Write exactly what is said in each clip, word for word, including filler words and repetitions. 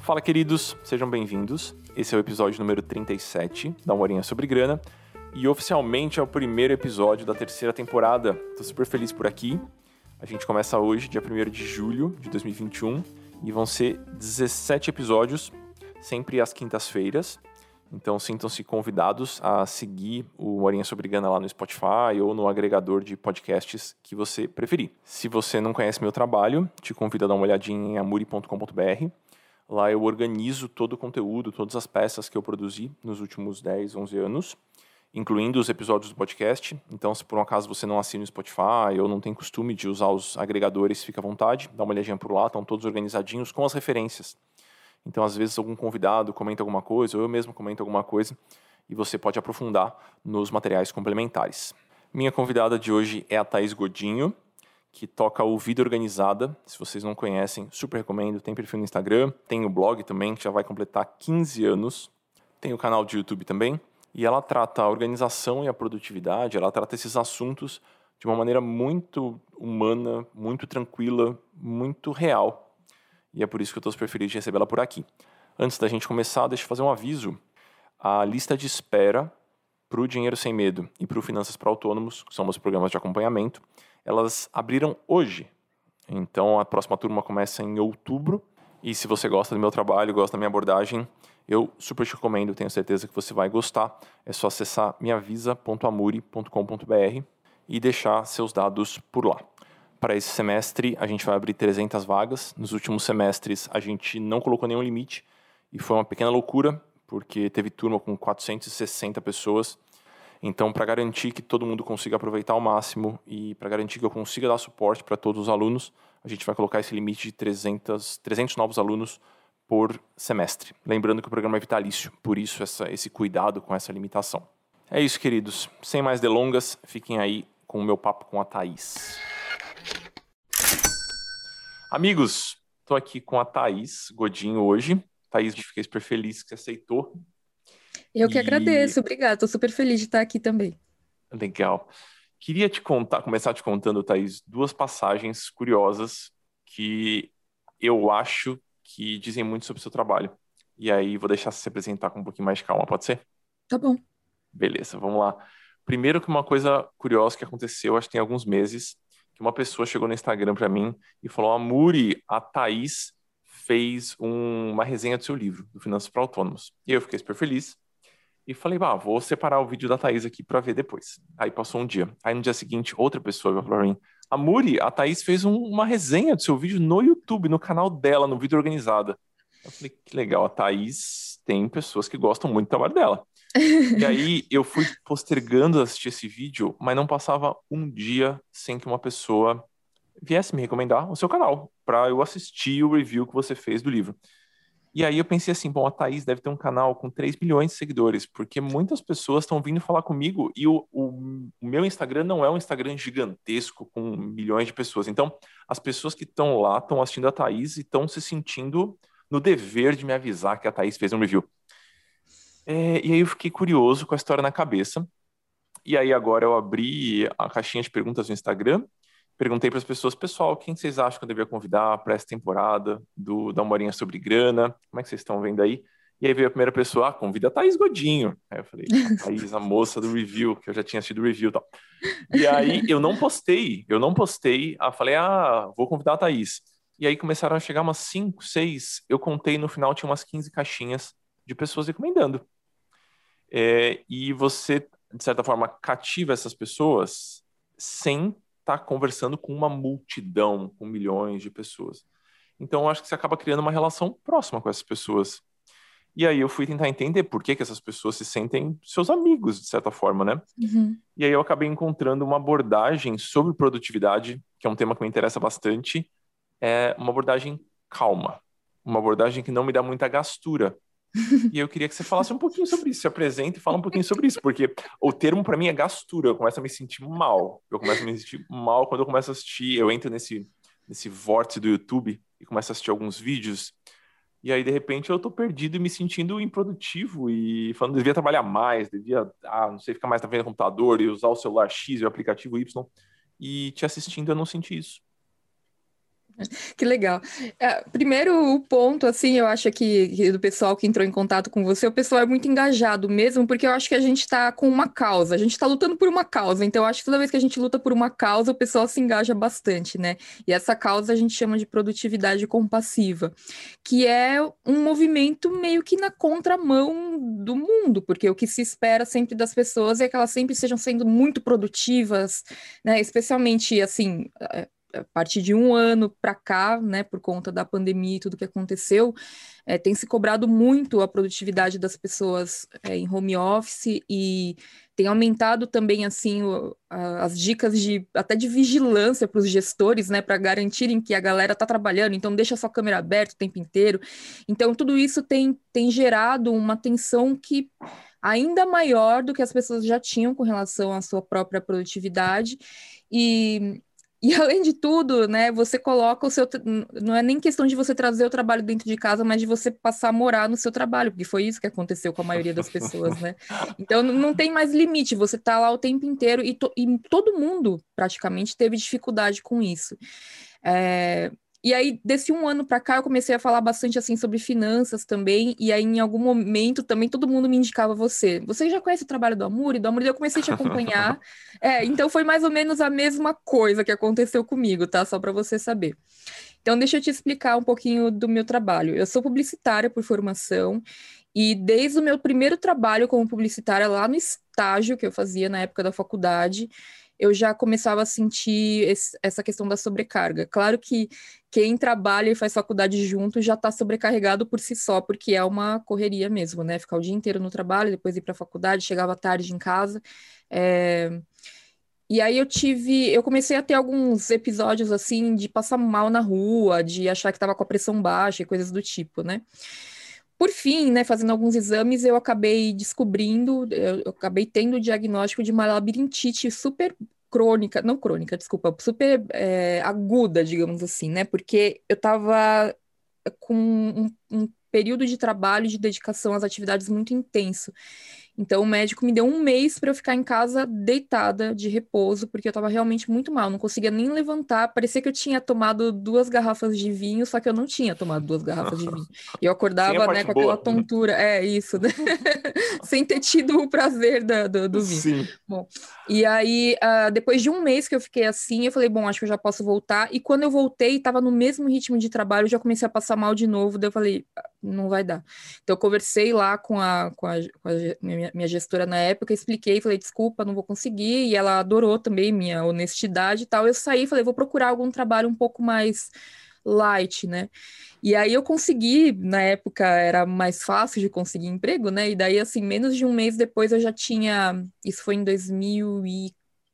Fala, queridos, sejam bem-vindos. Esse é o episódio número trinta e sete da Uma Horinha Sobre Grana e oficialmente é o primeiro episódio da terceira temporada. Tô super feliz por aqui. A gente começa hoje, dia primeiro de julho de dois mil e vinte e um, e vão ser dezessete episódios, sempre às quintas-feiras. Então sintam-se convidados a seguir o Horinha Sobre Grana lá no Spotify ou no agregador de podcasts que você preferir. Se você não conhece meu trabalho, te convido a dar uma olhadinha em amuri ponto com ponto b r. Lá eu organizo todo o conteúdo, todas as peças que eu produzi nos últimos dez, onze anos, incluindo os episódios do podcast. Então, se por um acaso você não assina o Spotify ou não tem costume de usar os agregadores, fica à vontade, dá uma olhadinha por lá, estão todos organizadinhos com as referências. Então, às vezes, algum convidado comenta alguma coisa, ou eu mesmo comento alguma coisa, e você pode aprofundar nos materiais complementares. Minha convidada de hoje é a Thaís Godinho, que toca o Vida Organizada. Se vocês não conhecem, super recomendo. Tem perfil no Instagram, tem o blog também, que já vai completar quinze anos. Tem o canal de YouTube também. E ela trata a organização e a produtividade, ela trata esses assuntos de uma maneira muito humana, muito tranquila, muito real. E é por isso que eu estou super feliz de recebê-la por aqui. Antes da gente começar, deixa eu fazer um aviso. A lista de espera para o Dinheiro Sem Medo e para o Finanças para Autônomos, que são meus programas de acompanhamento, elas abriram hoje. Então a próxima turma começa em outubro. E se você gosta do meu trabalho, gosta da minha abordagem, eu super te recomendo, tenho certeza que você vai gostar. É só acessar minhavisa ponto amuri ponto com ponto b r e deixar seus dados por lá. Para esse semestre, a gente vai abrir trezentas vagas. Nos últimos semestres, a gente não colocou nenhum limite. E foi uma pequena loucura, porque teve turma com quatrocentas e sessenta pessoas. Então, para garantir que todo mundo consiga aproveitar ao máximo e para garantir que eu consiga dar suporte para todos os alunos, a gente vai colocar esse limite de trezentos, trezentos novos alunos por semestre. Lembrando que o programa é vitalício, por isso essa, esse cuidado com essa limitação. É isso, queridos. Sem mais delongas, fiquem aí com o meu papo com a Thaís. Amigos, estou aqui com a Thaís Godinho hoje. Thaís, fiquei super feliz que você aceitou. Eu que E... agradeço, obrigada. Estou super feliz de estar aqui também. Legal. Queria te contar, começar te contando, Thaís, duas passagens curiosas que eu acho que dizem muito sobre o seu trabalho. E aí vou deixar você se apresentar com um pouquinho mais de calma, pode ser? Tá bom. Beleza, vamos lá. Primeiro que uma coisa curiosa que aconteceu, acho que tem alguns meses, que uma pessoa chegou no Instagram para mim e falou: Amuri, a Thaís fez um- uma resenha do seu livro, do Finanças para Autônomos. E eu fiquei super feliz. E falei, bah, vou separar o vídeo da Thaís aqui pra ver depois. Aí passou um dia. Aí no dia seguinte, outra pessoa veio falar pra mim: Amuri, a Thaís fez um- uma resenha do seu vídeo no YouTube, no canal dela, no Vídeo Organizada. Eu falei, que legal, a Thaís tem pessoas que gostam muito do trabalho dela. E aí eu fui postergando assistir esse vídeo, mas não passava um dia sem que uma pessoa viesse me recomendar o seu canal, pra eu assistir o review que você fez do livro. E aí eu pensei assim, bom, a Thaís deve ter um canal com três milhões de seguidores, porque muitas pessoas estão vindo falar comigo e o, o, o meu Instagram não é um Instagram gigantesco com milhões de pessoas. Então, as pessoas que estão lá estão assistindo a Thaís e estão se sentindo no dever de me avisar que a Thaís fez um review. É, e aí eu fiquei curioso com a história na cabeça. E aí agora eu abri a caixinha de perguntas no Instagram, perguntei para as pessoas, pessoal, quem vocês acham que eu devia convidar para essa temporada do da Uma Horinha Sobre Grana? Como é que vocês estão vendo aí? E aí veio a primeira pessoa, ah, convida a Thaís Godinho. Aí eu falei, a Thaís, a moça do review, que eu já tinha assistido o review e tal. E aí eu não postei, eu não postei, ah, falei, ah, vou convidar a Thaís. E aí começaram a chegar umas cinco, seis, eu contei no final, tinha umas quinze caixinhas de pessoas recomendando. É, e você, de certa forma, cativa essas pessoas sem estar conversando com uma multidão, com milhões de pessoas. Então, eu acho que você acaba criando uma relação próxima com essas pessoas. E aí eu fui tentar entender por que, que essas pessoas se sentem seus amigos, de certa forma, né? Uhum. E aí eu acabei encontrando uma abordagem sobre produtividade, que é um tema que me interessa bastante, é uma abordagem calma, uma abordagem que não me dá muita gastura. E eu queria que você falasse um pouquinho sobre isso, se apresente e fala um pouquinho sobre isso, porque o termo para mim é gastura, eu começo a me sentir mal. Eu começo a me sentir mal quando eu começo a assistir, eu entro nesse, nesse vórtice do YouTube e começo a assistir alguns vídeos, e aí de repente eu tô perdido e me sentindo improdutivo e falando, devia trabalhar mais, devia, ah, não sei, ficar mais na frente do computador e usar o celular X e o aplicativo Y, e te assistindo eu não senti isso. Que legal. É, primeiro, o ponto, assim, eu acho que, que do pessoal que entrou em contato com você, o pessoal é muito engajado mesmo, porque eu acho que a gente está com uma causa, a gente está lutando por uma causa, então eu acho que toda vez que a gente luta por uma causa, o pessoal se engaja bastante, né? E essa causa a gente chama de produtividade compassiva, que é um movimento meio que na contramão do mundo, porque o que se espera sempre das pessoas é que elas sempre estejam sendo muito produtivas, né? Especialmente, assim, a partir de um ano para cá, né, por conta da pandemia e tudo que aconteceu, é, tem se cobrado muito a produtividade das pessoas é, em home office e tem aumentado também assim o, a, as dicas de até de vigilância para os gestores, né, para garantirem que a galera está trabalhando, então deixa sua câmera aberta o tempo inteiro. Então tudo isso tem, tem gerado uma tensão que ainda maior do que as pessoas já tinham com relação à sua própria produtividade e e além de tudo, né, você coloca o seu. Não é nem questão de você trazer o trabalho dentro de casa, mas de você passar a morar no seu trabalho, porque foi isso que aconteceu com a maioria das pessoas, né? Então não tem mais limite, você tá lá o tempo inteiro e, to, e todo mundo praticamente teve dificuldade com isso. É, e aí, desse um ano para cá, eu comecei a falar bastante assim sobre finanças também, e aí em algum momento também todo mundo me indicava você. Você já conhece o trabalho do Amuri? Do Amuri, eu comecei a te acompanhar. É, então foi mais ou menos a mesma coisa que aconteceu comigo, tá? Só para você saber. Então, deixa eu te explicar um pouquinho do meu trabalho. Eu sou publicitária por formação, e desde o meu primeiro trabalho como publicitária, lá no estágio que eu fazia na época da faculdade, eu já começava a sentir esse, essa questão da sobrecarga. Claro que quem trabalha e faz faculdade junto já está sobrecarregado por si só, porque é uma correria mesmo, né? Ficar o dia inteiro no trabalho, depois ir para a faculdade, chegava tarde em casa. É... E aí eu tive, eu comecei a ter alguns episódios assim de passar mal na rua, de achar que estava com a pressão baixa e coisas do tipo, né? Por fim, né, fazendo alguns exames, eu acabei descobrindo, eu, eu acabei tendo o diagnóstico de uma labirintite super crônica, não crônica, desculpa, super é, aguda, digamos assim, né? Porque eu estava com um, um período de trabalho, de dedicação às atividades muito intenso. Então, o médico me deu um mês para eu ficar em casa deitada, de repouso, porque eu estava realmente muito mal, não conseguia nem levantar. Parecia que eu tinha tomado duas garrafas de vinho, só que eu não tinha tomado duas garrafas de vinho. E eu Sem a acordava, né, parte com aquela boa. tontura. É isso, né? Sem ter tido o prazer da, do, do vinho. Sim. Bom, e aí, uh, depois de um mês que eu fiquei assim, eu falei, bom, acho que eu já posso voltar. E quando eu voltei, estava no mesmo ritmo de trabalho, eu já comecei a passar mal de novo. Daí eu falei, não vai dar. Então, eu conversei lá com a, com a, com a minha, minha gestora na época, expliquei, falei, desculpa, não vou conseguir. E ela adorou também minha honestidade e tal. Eu saí, falei, vou procurar algum trabalho um pouco mais light, né? E aí eu consegui, na época era mais fácil de conseguir emprego, né? E daí, assim, menos de um mês depois eu já tinha. Isso foi em dois mil e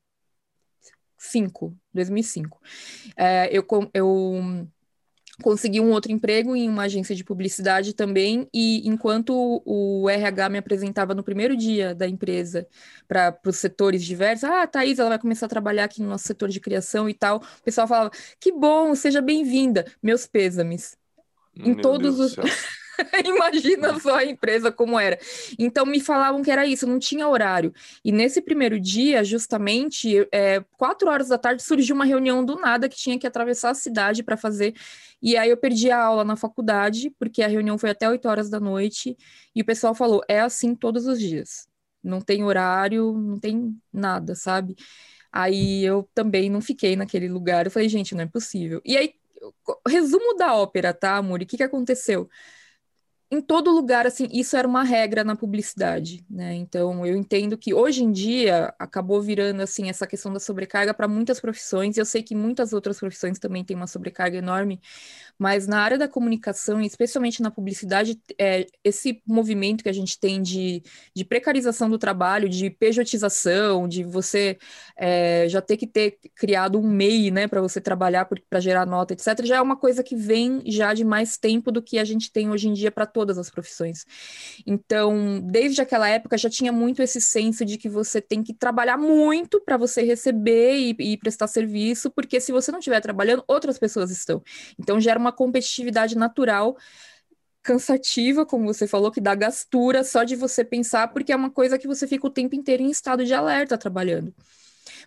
cinco. dois mil e cinco. É, eu, eu consegui um outro emprego em uma agência de publicidade também, e enquanto o R H me apresentava no primeiro dia da empresa para os setores diversos, ah, a Thaís, ela vai começar a trabalhar aqui no nosso setor de criação e tal, o pessoal falava, que bom, seja bem-vinda, meus pêsames. Em Meu Deus todos do os. céu. Imagina só a empresa como era. Então me falavam que era isso, não tinha horário. E nesse primeiro dia, justamente, é, quatro horas da tarde surgiu uma reunião do nada que tinha que atravessar a cidade para fazer. E aí eu perdi a aula na faculdade, porque a reunião foi até oito horas da noite, e o pessoal falou: é assim todos os dias. Não tem horário, não tem nada, sabe? Aí eu também não fiquei naquele lugar. Eu falei, gente, não é possível. E aí, resumo da ópera, tá, Amor? O que que aconteceu? Em todo lugar, assim, isso era uma regra na publicidade, né? Então, eu entendo que hoje em dia acabou virando, assim, essa questão da sobrecarga para muitas profissões, e eu sei que muitas outras profissões também têm uma sobrecarga enorme, mas na área da comunicação, e especialmente na publicidade, é, esse movimento que a gente tem de, de precarização do trabalho, de pejotização, de você é, já ter que ter criado um M E I, né, para você trabalhar, para gerar nota, etcétera, já é uma coisa que vem já de mais tempo do que a gente tem hoje em dia para todas as profissões. Então, desde aquela época já tinha muito esse senso de que você tem que trabalhar muito para você receber e, e prestar serviço, porque se você não estiver trabalhando, outras pessoas estão. Então, gera uma competitividade natural, cansativa, como você falou, que dá gastura só de você pensar, porque é uma coisa que você fica o tempo inteiro em estado de alerta trabalhando.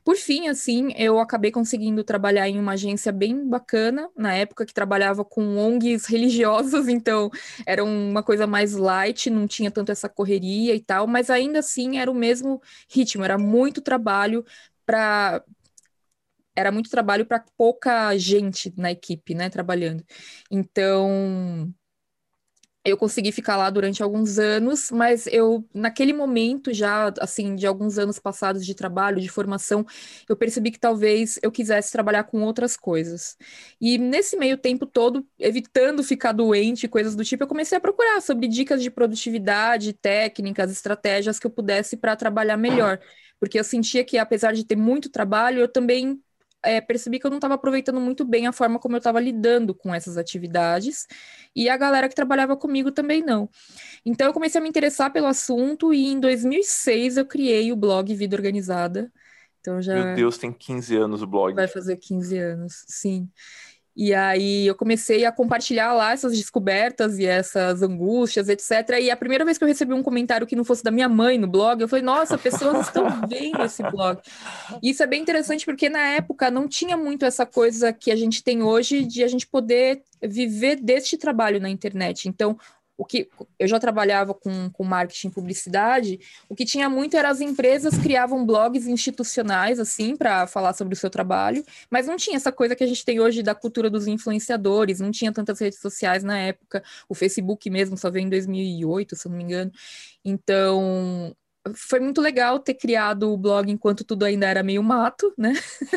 Por fim, assim, eu acabei conseguindo trabalhar em uma agência bem bacana, na época que trabalhava com O N Gs religiosas, então era uma coisa mais light, não tinha tanto essa correria e tal, mas ainda assim era o mesmo ritmo, era muito trabalho para era muito trabalho para pouca gente na equipe, né, trabalhando. Então, eu consegui ficar lá durante alguns anos, mas eu, naquele momento já, assim, de alguns anos passados de trabalho, de formação, eu percebi que talvez eu quisesse trabalhar com outras coisas. E nesse meio tempo todo, evitando ficar doente, coisas do tipo, eu comecei a procurar sobre dicas de produtividade, técnicas, estratégias que eu pudesse para trabalhar melhor. Porque eu sentia que, apesar de ter muito trabalho, eu também é, percebi que eu não estava aproveitando muito bem a forma como eu estava lidando com essas atividades, e a galera que trabalhava comigo também não. Então eu comecei a me interessar pelo assunto, e em dois mil e seis eu criei o blog Vida Organizada. Então Meu já Deus, tem quinze anos o blog. vai fazer quinze anos, sim. E aí eu comecei a compartilhar lá essas descobertas e essas angústias, etcétera. E a primeira vez que eu recebi um comentário que não fosse da minha mãe no blog, eu falei, nossa, pessoas estão vendo esse blog. E isso é bem interessante porque na época não tinha muito essa coisa que a gente tem hoje de a gente poder viver deste trabalho na internet. Então, o que eu já trabalhava com, com marketing e publicidade, o que tinha muito era as empresas criavam blogs institucionais assim para falar sobre o seu trabalho, mas não tinha essa coisa que a gente tem hoje da cultura dos influenciadores, não tinha tantas redes sociais na época, o Facebook mesmo só veio em dois mil e oito, se eu não me engano. Então, foi muito legal ter criado o blog enquanto tudo ainda era meio mato, né?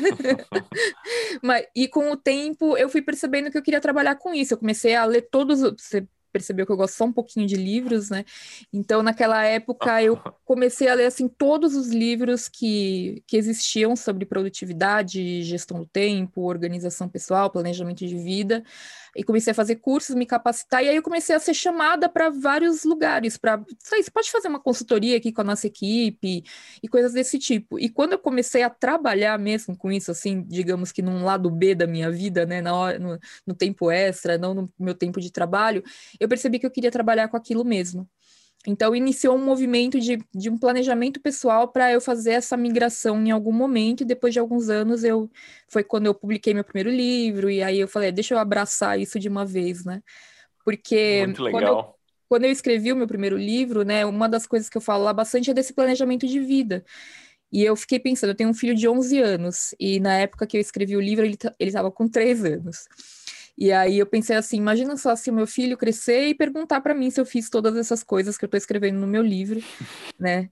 Mas, e com o tempo eu fui percebendo que eu queria trabalhar com isso. Eu comecei a ler todos. Você percebeu que eu gosto só um pouquinho de livros, né? Então, naquela época, eu comecei a ler assim, todos os livros que, que existiam sobre produtividade, gestão do tempo, organização pessoal, planejamento de vida. E comecei a fazer cursos, me capacitar, e aí eu comecei a ser chamada para vários lugares, para, você pode fazer uma consultoria aqui com a nossa equipe, e coisas desse tipo. E quando eu comecei a trabalhar mesmo com isso, assim, digamos que num lado B da minha vida, né, na hora, no, no tempo extra, não no meu tempo de trabalho, eu percebi que eu queria trabalhar com aquilo mesmo. Então, iniciou um movimento de, de um planejamento pessoal para eu fazer essa migração em algum momento, e depois de alguns anos eu foi quando eu publiquei meu primeiro livro, e aí eu falei, deixa eu abraçar isso de uma vez, né? Porque Muito quando eu, legal. quando eu escrevi o meu primeiro livro, né, uma das coisas que eu falo lá bastante é desse planejamento de vida. E eu fiquei pensando, eu tenho um filho de onze anos, e na época que eu escrevi o livro, ele ele estava com três anos. E aí eu pensei assim, imagina só se o meu filho crescer e perguntar para mim se eu fiz todas essas coisas que eu estou escrevendo no meu livro, né?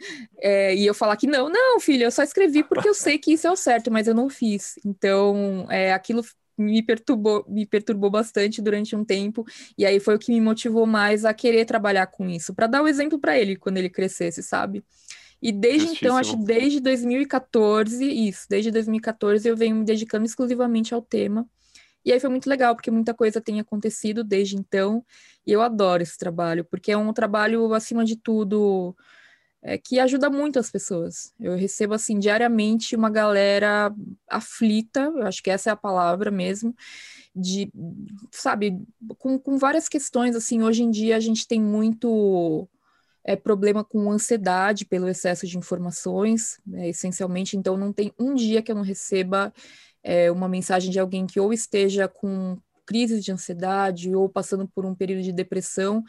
É, e eu falar que não, não, filho, eu só escrevi porque eu sei que isso é o certo, mas eu não fiz. Então, é, aquilo me perturbou, me perturbou bastante durante um tempo, e aí foi o que me motivou mais a querer trabalhar com isso, para dar o exemplo para ele quando ele crescesse, sabe? E desde então, acho que Justíssimo. desde dois mil e quatorze, isso, desde dois mil e quatorze eu venho me dedicando exclusivamente ao tema. E aí foi muito legal, porque muita coisa tem acontecido desde então, e eu adoro esse trabalho, porque é um trabalho, acima de tudo, é, que ajuda muito as pessoas. Eu recebo, assim, diariamente uma galera aflita, eu acho que essa é a palavra mesmo, de, sabe, com, com várias questões, assim, hoje em dia a gente tem muito é, problema com ansiedade pelo excesso de informações, né, essencialmente, então não tem um dia que eu não receba é, uma mensagem de alguém que ou esteja com crise de ansiedade ou passando por um período de depressão,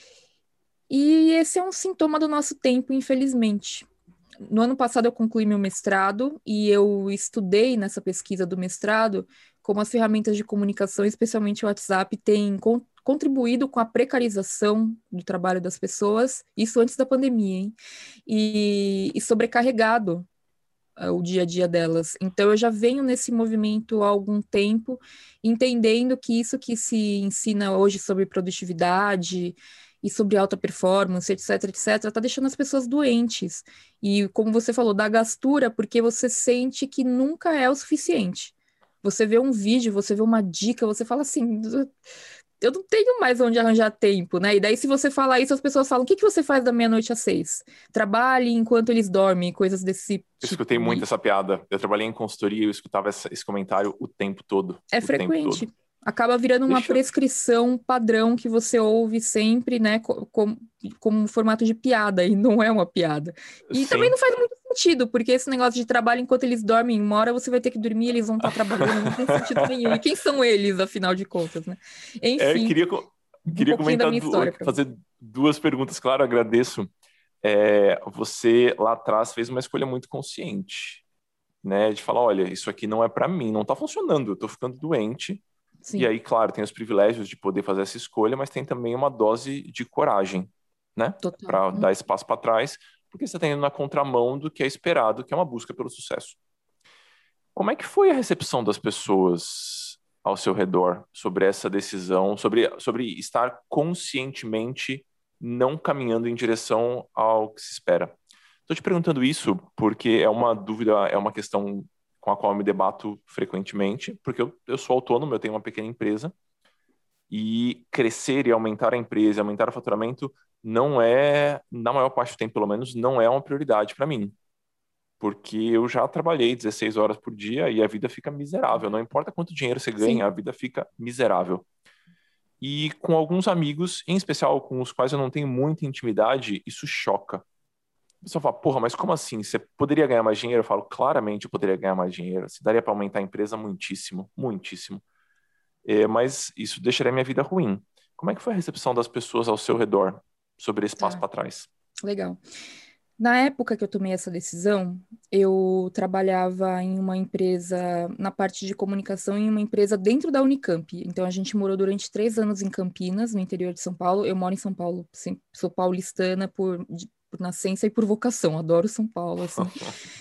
e esse é um sintoma do nosso tempo, infelizmente. No ano passado eu concluí meu mestrado e eu estudei nessa pesquisa do mestrado como as ferramentas de comunicação, especialmente o WhatsApp, têm con contribuído com a precarização do trabalho das pessoas, isso antes da pandemia, hein? E, e sobrecarregado uh, o dia a dia delas. Então eu já venho nesse movimento há algum tempo, entendendo que isso que se ensina hoje sobre produtividade e sobre alta performance, etc, etc, tá deixando as pessoas doentes. E como você falou, dá gastura porque você sente que nunca é o suficiente. Você vê um vídeo, você vê uma dica, você fala assim, eu não tenho mais onde arranjar tempo, né? E daí, se você falar isso, as pessoas falam, o que que você faz da meia-noite às seis? Trabalhe enquanto eles dormem, coisas desse Eu escutei tipo. muito E essa piada. Eu trabalhei em consultoria e eu escutava essa- esse comentário o tempo todo. é O tempo frequente. todo. Acaba virando uma Deixa eu... prescrição padrão que você ouve sempre, né? co- Como, como um formato de piada, e não é uma piada. E também Sim. não faz muito sentido, porque esse negócio de trabalho enquanto eles dormem, uma hora você vai ter que dormir, eles vão estar trabalhando, não tem sentido nenhum. E quem são eles, afinal de contas, né? É, Enfim, queria, co- um queria pouquinho da comentar, minha du- história para você. fazer duas perguntas, claro, agradeço. É, você lá atrás fez uma escolha muito consciente, né? De falar, olha, isso aqui não é para mim, não tá funcionando, eu tô ficando doente. E Sim, aí, claro, tem os privilégios de poder fazer essa escolha, mas tem também uma dose de coragem, né? total. Para Hum, dar espaço para trás, porque você está indo na contramão do que é esperado, que é uma busca pelo sucesso. Como é que foi a recepção das pessoas ao seu redor sobre essa decisão, sobre, sobre estar conscientemente não caminhando em direção ao que se espera? Estou te perguntando isso porque é uma dúvida, é uma questão com a qual eu me debato frequentemente, porque eu, eu sou autônomo, eu tenho uma pequena empresa, e crescer e aumentar a empresa, aumentar o faturamento, não é, na maior parte do tempo pelo menos, não é uma prioridade para mim. Porque eu já trabalhei dezesseis horas por dia e a vida fica miserável. Não importa quanto dinheiro você ganha, sim, a vida fica miserável. E com alguns amigos, em especial com os quais eu não tenho muita intimidade, isso choca. O pessoal fala, porra, mas como assim? Você poderia ganhar mais dinheiro? Eu falo, claramente eu poderia ganhar mais dinheiro. Se daria para aumentar a empresa muitíssimo, muitíssimo. É, mas isso deixaria minha vida ruim. Como é que foi a recepção das pessoas ao seu redor sobre esse passo tá, para trás? legal. Na época que eu tomei essa decisão, eu trabalhava em uma empresa, na parte de comunicação, em uma empresa dentro da Unicamp. Então, a gente morou durante três anos em Campinas, no interior de São Paulo. Eu moro em São Paulo, sim, sou paulistana por, de- por nascença e por vocação, adoro São Paulo, assim.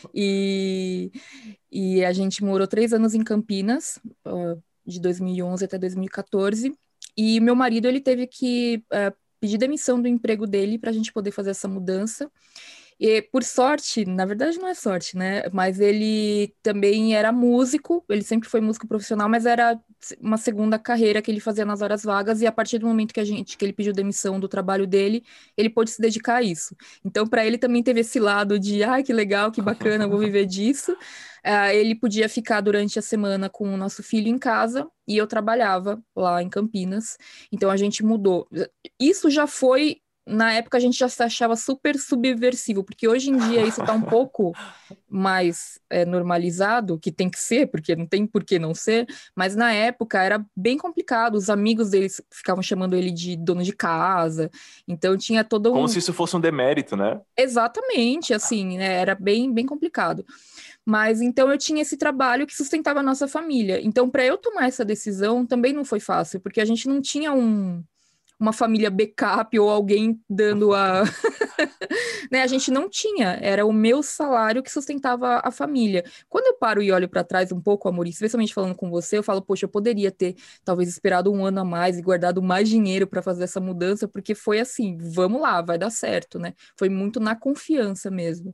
E, e a gente morou três anos em Campinas, ah, de dois mil e onze até dois mil e quatorze. E meu marido, ele teve que, eh, pedir demissão do emprego dele para a gente poder fazer essa mudança. E por sorte, na verdade não é sorte, né? Mas ele também era músico, ele sempre foi músico profissional, mas era uma segunda carreira que ele fazia nas horas vagas, e a partir do momento que a gente, que ele pediu demissão do trabalho dele, ele pôde se dedicar a isso. Então, para ele também teve esse lado de, ai, que legal, que bacana, eu vou viver disso. Ah, ele podia ficar durante a semana com o nosso filho em casa, e eu trabalhava lá em Campinas. Então a gente mudou. Isso já foi na época a gente já se achava super subversivo, porque hoje em dia isso está um pouco mais é, normalizado, que tem que ser, porque não tem por que não ser, mas na época era bem complicado, os amigos deles ficavam chamando ele de dono de casa, então tinha todo Como um... se isso fosse um demérito, né? Exatamente, assim, né? Era bem, bem complicado. Mas então eu tinha esse trabalho que sustentava a nossa família. Então, para eu tomar essa decisão também não foi fácil, porque a gente não tinha um uma família backup ou alguém dando a. Né? A gente não tinha, era o meu salário que sustentava a família. Quando eu paro e olho para trás um pouco, amor, especialmente falando com você, eu falo, poxa, eu poderia ter talvez esperado um ano a mais e guardado mais dinheiro para fazer essa mudança, porque foi assim, vamos lá, vai dar certo, né? Foi muito na confiança mesmo.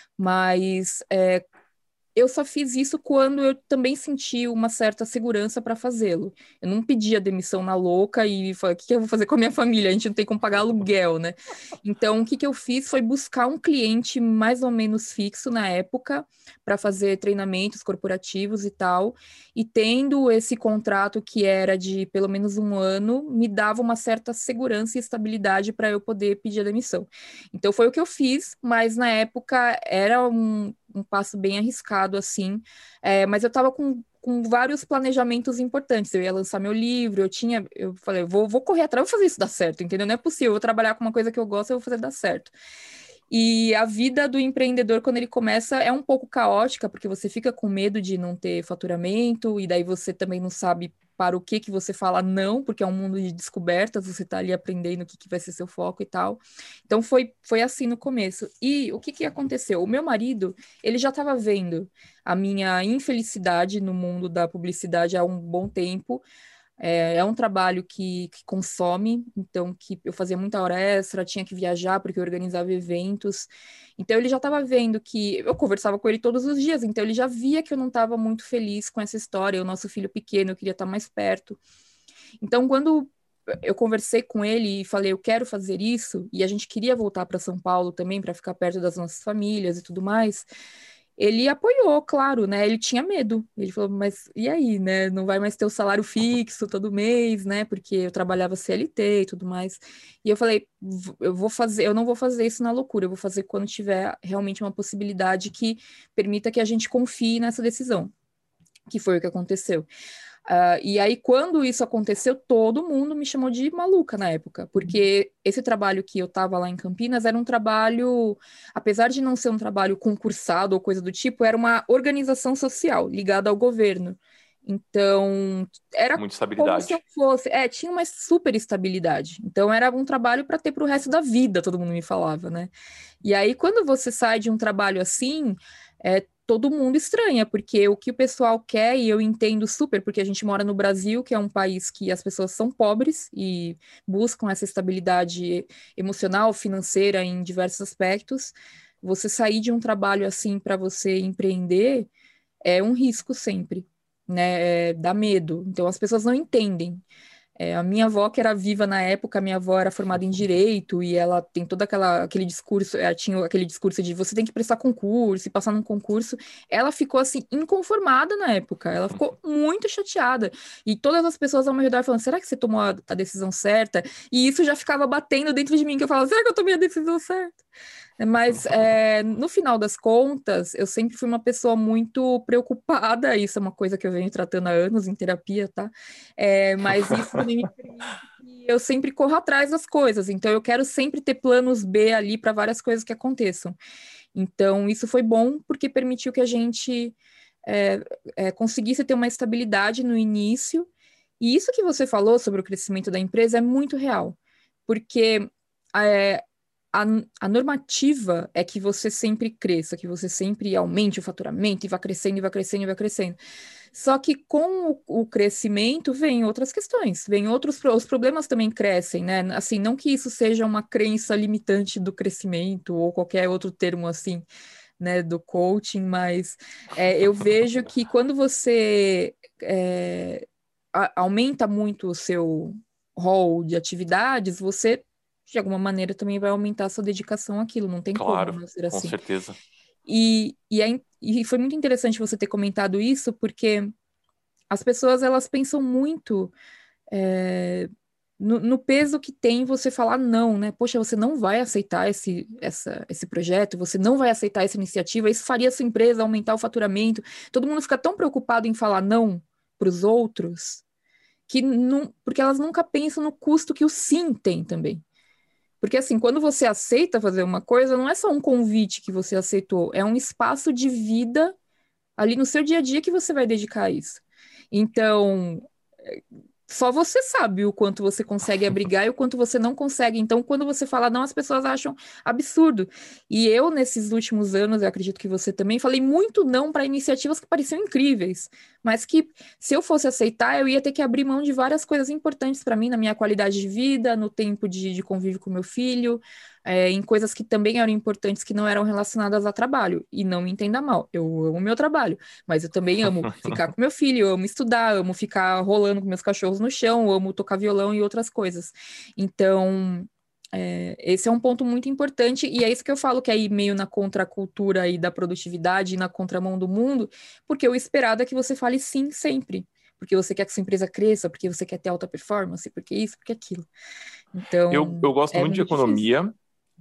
Mas é, eu só fiz isso quando eu também senti uma certa segurança para fazê-lo. Eu não pedi a demissão na louca e falei, o que que eu vou fazer com a minha família? A gente não tem como pagar aluguel, né? Então, o que que eu fiz foi buscar um cliente mais ou menos fixo na época para fazer treinamentos corporativos e tal. E tendo esse contrato que era de pelo menos um ano, me dava uma certa segurança e estabilidade para eu poder pedir a demissão. Então, foi o que eu fiz, mas na época era um um passo bem arriscado, assim, é, mas eu estava com, com vários planejamentos importantes. Eu ia lançar meu livro, eu tinha, eu falei, vou, vou correr atrás, vou fazer isso dar certo, entendeu? Não é possível, eu vou trabalhar com uma coisa que eu gosto, eu vou fazer dar certo. E a vida do empreendedor, quando ele começa, é um pouco caótica, porque você fica com medo de não ter faturamento, e daí você também não sabe para o que que você fala não, porque é um mundo de descobertas, você está ali aprendendo o que que vai ser seu foco e tal. Então foi, foi assim no começo. E o que que aconteceu? O meu marido, ele já estava vendo a minha infelicidade no mundo da publicidade há um bom tempo. É, é um trabalho que, que consome, então que eu fazia muita hora extra, tinha que viajar porque eu organizava eventos. Então ele já estava vendo que eu conversava com ele todos os dias, então ele já via que eu não estava muito feliz com essa história, o nosso filho pequeno, eu queria estar mais perto. Então quando eu conversei com ele e falei, eu quero fazer isso, e a gente queria voltar para São Paulo também para ficar perto das nossas famílias e tudo mais, ele apoiou, claro, né? Ele tinha medo. Ele falou, mas e aí, né? Não vai mais ter o salário fixo todo mês, né? Porque eu trabalhava C L T e tudo mais. E eu falei, "V- eu vou fazer, eu não vou fazer isso na loucura, eu vou fazer quando tiver realmente uma possibilidade que permita que a gente confie nessa decisão." Que foi o que aconteceu. Ah, e aí, quando isso aconteceu, todo mundo me chamou de maluca na época, porque esse trabalho que eu estava lá em Campinas era um trabalho, apesar de não ser um trabalho concursado ou coisa do tipo, era uma organização social ligada ao governo. Então, era Muita como se eu estabilidade. fosse. É, tinha uma super estabilidade. Então, era um trabalho para ter para o resto da vida, todo mundo me falava, né? E aí, quando você sai de um trabalho assim, é, todo mundo estranha, porque o que o pessoal quer, e eu entendo super, porque a gente mora no Brasil, que é um país que as pessoas são pobres e buscam essa estabilidade emocional, financeira, em diversos aspectos. Você sair de um trabalho assim para você empreender é um risco sempre, né? É, dá medo. Então as pessoas não entendem. É, a minha avó, que era viva na época, a minha avó era formada em direito e ela tem todo aquela, aquele discurso, ela tinha aquele discurso de você tem que prestar concurso e passar num concurso. Ela ficou assim, inconformada na época, ela ficou muito chateada. E todas as pessoas ao meu redor falando, será que você tomou a, a decisão certa? E isso já ficava batendo dentro de mim, que eu falava, será que eu tomei a decisão certa? Mas é, no final das contas, eu sempre fui uma pessoa muito preocupada, isso é uma coisa que eu venho tratando há anos em terapia, tá? É, mas isso também me permite que eu sempre corra atrás das coisas, então eu quero sempre ter planos B ali para várias coisas que aconteçam. Então, isso foi bom porque permitiu que a gente é, é, conseguisse ter uma estabilidade no início. E isso que você falou sobre o crescimento da empresa é muito real, porque é, a, a normativa é que você sempre cresça, que você sempre aumente o faturamento e vá crescendo, e vá crescendo, e vá crescendo. Só que com o, o crescimento vem outras questões, vem outros, pro- os problemas também crescem, né? Assim, não que isso seja uma crença limitante do crescimento ou qualquer outro termo assim, né, do coaching, mas é, eu vejo que quando você é, a- aumenta muito o seu rol de atividades, você, de alguma maneira, também vai aumentar a sua dedicação àquilo, não tem como Claro, não ser com assim. certeza. E, e, é in- e foi muito interessante você ter comentado isso, porque as pessoas, elas pensam muito é, no, no peso que tem você falar não, né? Poxa, você não vai aceitar esse, essa, esse projeto, você não vai aceitar essa iniciativa, isso faria a sua empresa aumentar o faturamento. Todo mundo fica tão preocupado em falar não para os outros, que não, porque elas nunca pensam no custo que o sim tem também. Porque assim, quando você aceita fazer uma coisa, não é só um convite que você aceitou, é um espaço de vida ali no seu dia a dia que você vai dedicar a isso. Então, só você sabe o quanto você consegue abrigar e o quanto você não consegue. Então, quando você fala não, as pessoas acham absurdo. E eu, nesses últimos anos, eu acredito que você também, falei muito não para iniciativas que pareciam incríveis, mas que, se eu fosse aceitar, eu ia ter que abrir mão de várias coisas importantes para mim, na minha qualidade de vida, no tempo de, de convívio com meu filho, é, em coisas que também eram importantes, que não eram relacionadas a trabalho. E não me entenda mal, eu amo meu trabalho, mas eu também amo ficar com meu filho, eu amo estudar, eu amo ficar rolando com meus cachorros no chão, eu amo tocar violão e outras coisas. Então, é, esse é um ponto muito importante, e é isso que eu falo que é ir meio na contracultura aí da produtividade e na contramão do mundo, porque o esperado é que você fale sim sempre. Porque você quer que sua empresa cresça, porque você quer ter alta performance, porque isso, porque aquilo. Eu, Então, eu gosto é muito de muito difícil. economia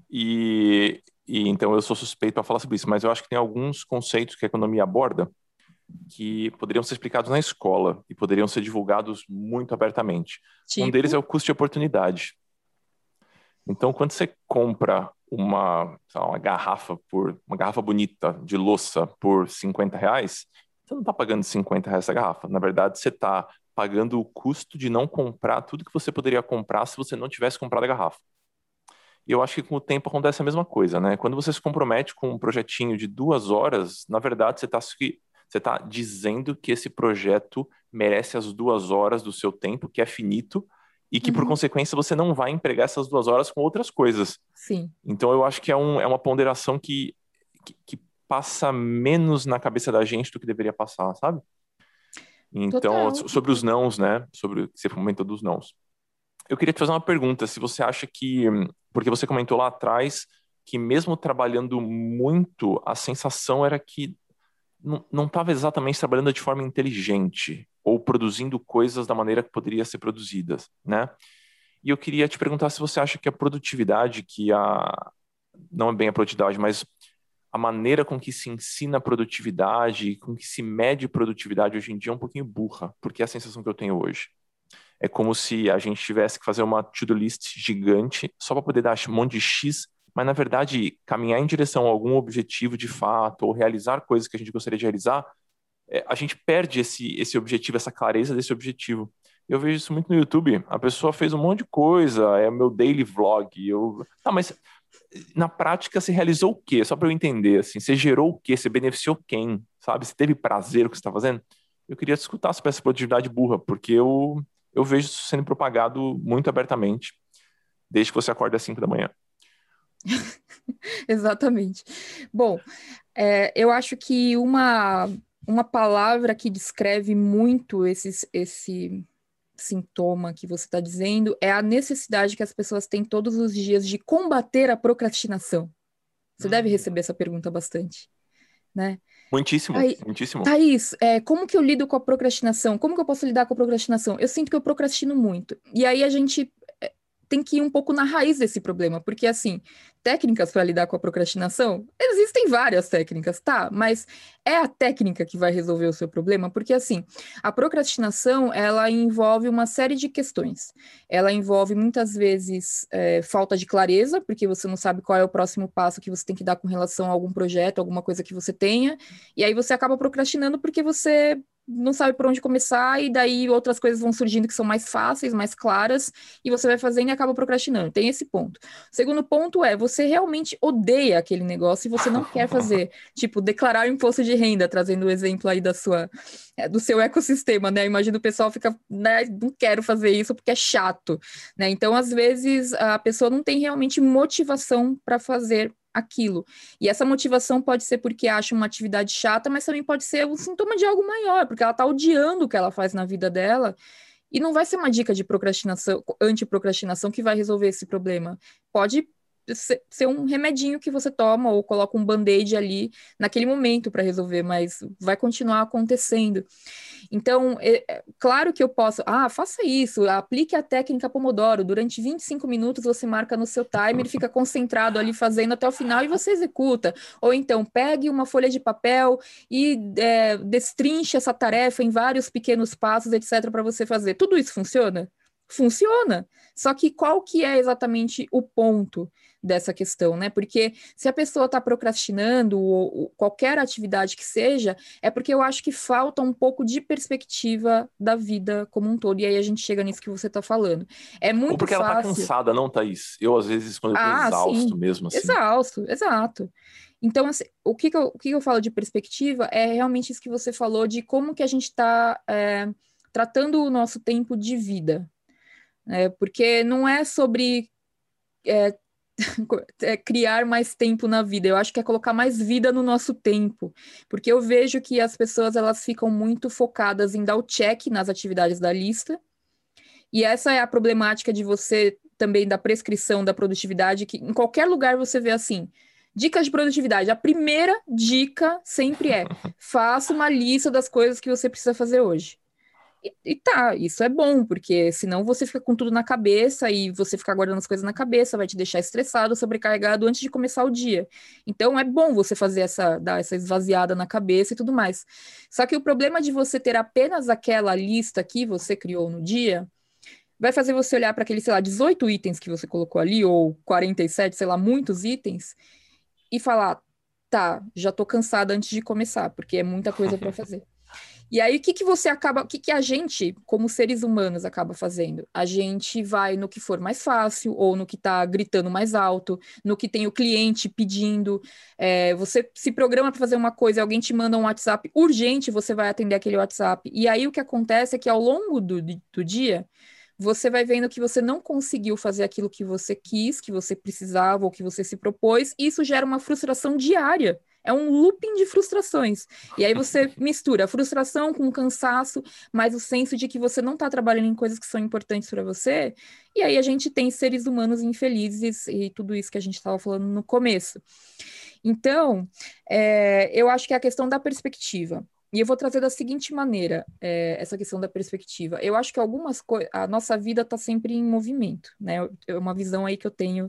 e, e então eu sou suspeito para falar sobre isso, mas eu acho que tem alguns conceitos que a economia aborda que poderiam ser explicados na escola e poderiam ser divulgados muito abertamente. Um deles é Tipo, o custo de oportunidade. Então, quando você compra uma, sei lá, uma garrafa por uma garrafa bonita de louça por cinquenta reais, você não está pagando cinquenta reais essa garrafa. Na verdade, você está pagando o custo de não comprar tudo que você poderia comprar se você não tivesse comprado a garrafa. E eu acho que com o tempo acontece a mesma coisa, né? Quando você se compromete com um projetinho de duas horas, na verdade você está você tá dizendo que esse projeto merece as duas horas do seu tempo, que é finito, e que por uhum, consequência você não vai empregar essas duas horas com outras coisas. sim, Então eu acho que é, um, é uma ponderação que, que, que passa menos na cabeça da gente do que deveria passar, sabe? Então, total, so- sobre os total. nãos, né? Sobre o que você comentou dos nãos. Eu queria te fazer uma pergunta, se você acha que, porque você comentou lá atrás que mesmo trabalhando muito, a sensação era que não estava exatamente trabalhando de forma inteligente ou produzindo coisas da maneira que poderia ser produzidas, né? E eu queria te perguntar se você acha que a produtividade, que a não é bem a produtividade, mas a maneira com que se ensina a produtividade, com que se mede produtividade hoje em dia é um pouquinho burra, porque é a sensação que eu tenho hoje. É como se a gente tivesse que fazer uma to-do list gigante só para poder dar um monte de X, mas na verdade caminhar em direção a algum objetivo de fato ou realizar coisas que a gente gostaria de realizar, é, a gente perde esse, esse objetivo, essa clareza desse objetivo. Eu vejo isso muito no YouTube. A pessoa fez um monte de coisa, é o meu daily vlog. Eu... Tá, mas na prática você realizou o quê? Só para eu entender, assim, você gerou o quê? Você beneficiou quem? Sabe? Você teve prazer no que você está fazendo? Eu queria te escutar sobre essa produtividade burra, porque eu, eu vejo isso sendo propagado muito abertamente, desde que você acorda às cinco da manhã. Exatamente. Bom, é, eu acho que uma, uma palavra que descreve muito esses, esse sintoma que você está dizendo é a necessidade que as pessoas têm todos os dias de combater a procrastinação. Você deve Hum. receber essa pergunta bastante, né? Muitíssimo, Aí, muitíssimo. Thaís, é, como que eu lido com a procrastinação? Como que eu posso lidar com a procrastinação? Eu sinto que eu procrastino muito. E aí a gente é, tem que ir um pouco na raiz desse problema, porque assim, técnicas para lidar com a procrastinação, existem várias técnicas, tá? Mas é a técnica que vai resolver o seu problema, porque assim, a procrastinação, ela envolve uma série de questões. Ela envolve muitas vezes é, falta de clareza, porque você não sabe qual é o próximo passo que você tem que dar com relação a algum projeto, alguma coisa que você tenha, e aí você acaba procrastinando porque você não sabe por onde começar, e daí outras coisas vão surgindo que são mais fáceis, mais claras, e você vai fazendo e acaba procrastinando. Tem esse ponto. O segundo ponto é, você realmente odeia aquele negócio e você não quer fazer. Tipo, declarar o imposto de renda, trazendo o exemplo aí da sua, do seu ecossistema, né? Imagina o pessoal fica, né, não quero fazer isso porque é chato, né? Então, às vezes, a pessoa não tem realmente motivação para fazer aquilo. E essa motivação pode ser porque acha uma atividade chata, mas também pode ser um sintoma de algo maior, porque ela está odiando o que ela faz na vida dela, e não vai ser uma dica de procrastinação, anti-procrastinação que vai resolver esse problema. Pode ser um remedinho que você toma ou coloca um band-aid ali naquele momento para resolver, mas vai continuar acontecendo. Então, é, é, claro que eu posso, ah, faça isso, aplique a técnica Pomodoro, durante vinte e cinco minutos você marca no seu timer, fica concentrado ali fazendo até o final e você executa. Ou então, pegue uma folha de papel e é, destrinche essa tarefa em vários pequenos passos, etcétera, para você fazer. Tudo isso funciona? Funciona. Só que qual que é exatamente o ponto dessa questão, né? Porque se a pessoa está procrastinando ou, ou qualquer atividade que seja, é porque eu acho que falta um pouco de perspectiva da vida como um todo. E aí a gente chega nisso que você está falando. É Ou muito porque ela tá fácil. cansada, não, Thaís? Eu, às vezes, quando eu tô Ah, exausto sim. mesmo, assim. Exausto, exato. Então, assim, o que que eu, o que que eu falo de perspectiva é realmente isso que você falou de como que a gente está é, tratando o nosso tempo de vida. É, porque não é sobre é, é, criar mais tempo na vida, eu acho que é colocar mais vida no nosso tempo, porque eu vejo que as pessoas elas ficam muito focadas em dar o check nas atividades da lista, e essa é a problemática de você também da prescrição da produtividade, que em qualquer lugar você vê assim, dicas de produtividade, a primeira dica sempre é, faça uma lista das coisas que você precisa fazer hoje. E, e tá, isso é bom, porque senão você fica com tudo na cabeça e você ficar guardando as coisas na cabeça, vai te deixar estressado, sobrecarregado antes de começar o dia. Então é bom você fazer essa, dar essa esvaziada na cabeça e tudo mais. Só que o problema de você ter apenas aquela lista que você criou no dia vai fazer você olhar para aqueles, sei lá, dezoito itens que você colocou ali, ou quarenta e sete, sei lá, muitos itens, e falar, tá, já tô cansada antes de começar, porque é muita coisa para fazer. E aí, o que que você acaba, o que que a gente, como seres humanos, acaba fazendo? A gente vai no que for mais fácil, ou no que está gritando mais alto, no que tem o cliente pedindo. É, você se programa para fazer uma coisa, alguém te manda um WhatsApp urgente, você vai atender aquele WhatsApp. E aí, o que acontece é que ao longo do, do dia, você vai vendo que você não conseguiu fazer aquilo que você quis, que você precisava, ou que você se propôs, e isso gera uma frustração diária. É um looping de frustrações. E aí você mistura a frustração com o cansaço, mais o senso de que você não está trabalhando em coisas que são importantes para você. E aí a gente tem seres humanos infelizes e tudo isso que a gente estava falando no começo. Então, é, eu acho que é a questão da perspectiva. E eu vou trazer da seguinte maneira, é, essa questão da perspectiva. Eu acho que algumas coisas, a nossa vida está sempre em movimento, né? É uma visão aí que eu tenho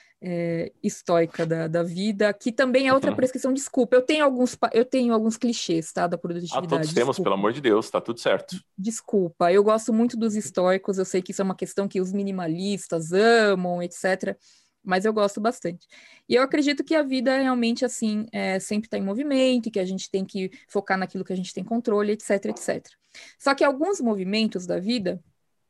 é, estoica da, da vida, que também é outra prescrição. Desculpa, eu tenho alguns, pa- eu tenho alguns clichês, tá? Da Ah, todos produtividade, temos, pelo desculpa. amor de Deus, tá tudo certo. Desculpa, eu gosto muito dos estoicos, eu sei que isso é uma questão que os minimalistas amam, etcétera. Mas eu gosto bastante. E eu acredito que a vida realmente, assim, é, sempre está em movimento, e que a gente tem que focar naquilo que a gente tem controle, etc, etcétera. Só que alguns movimentos da vida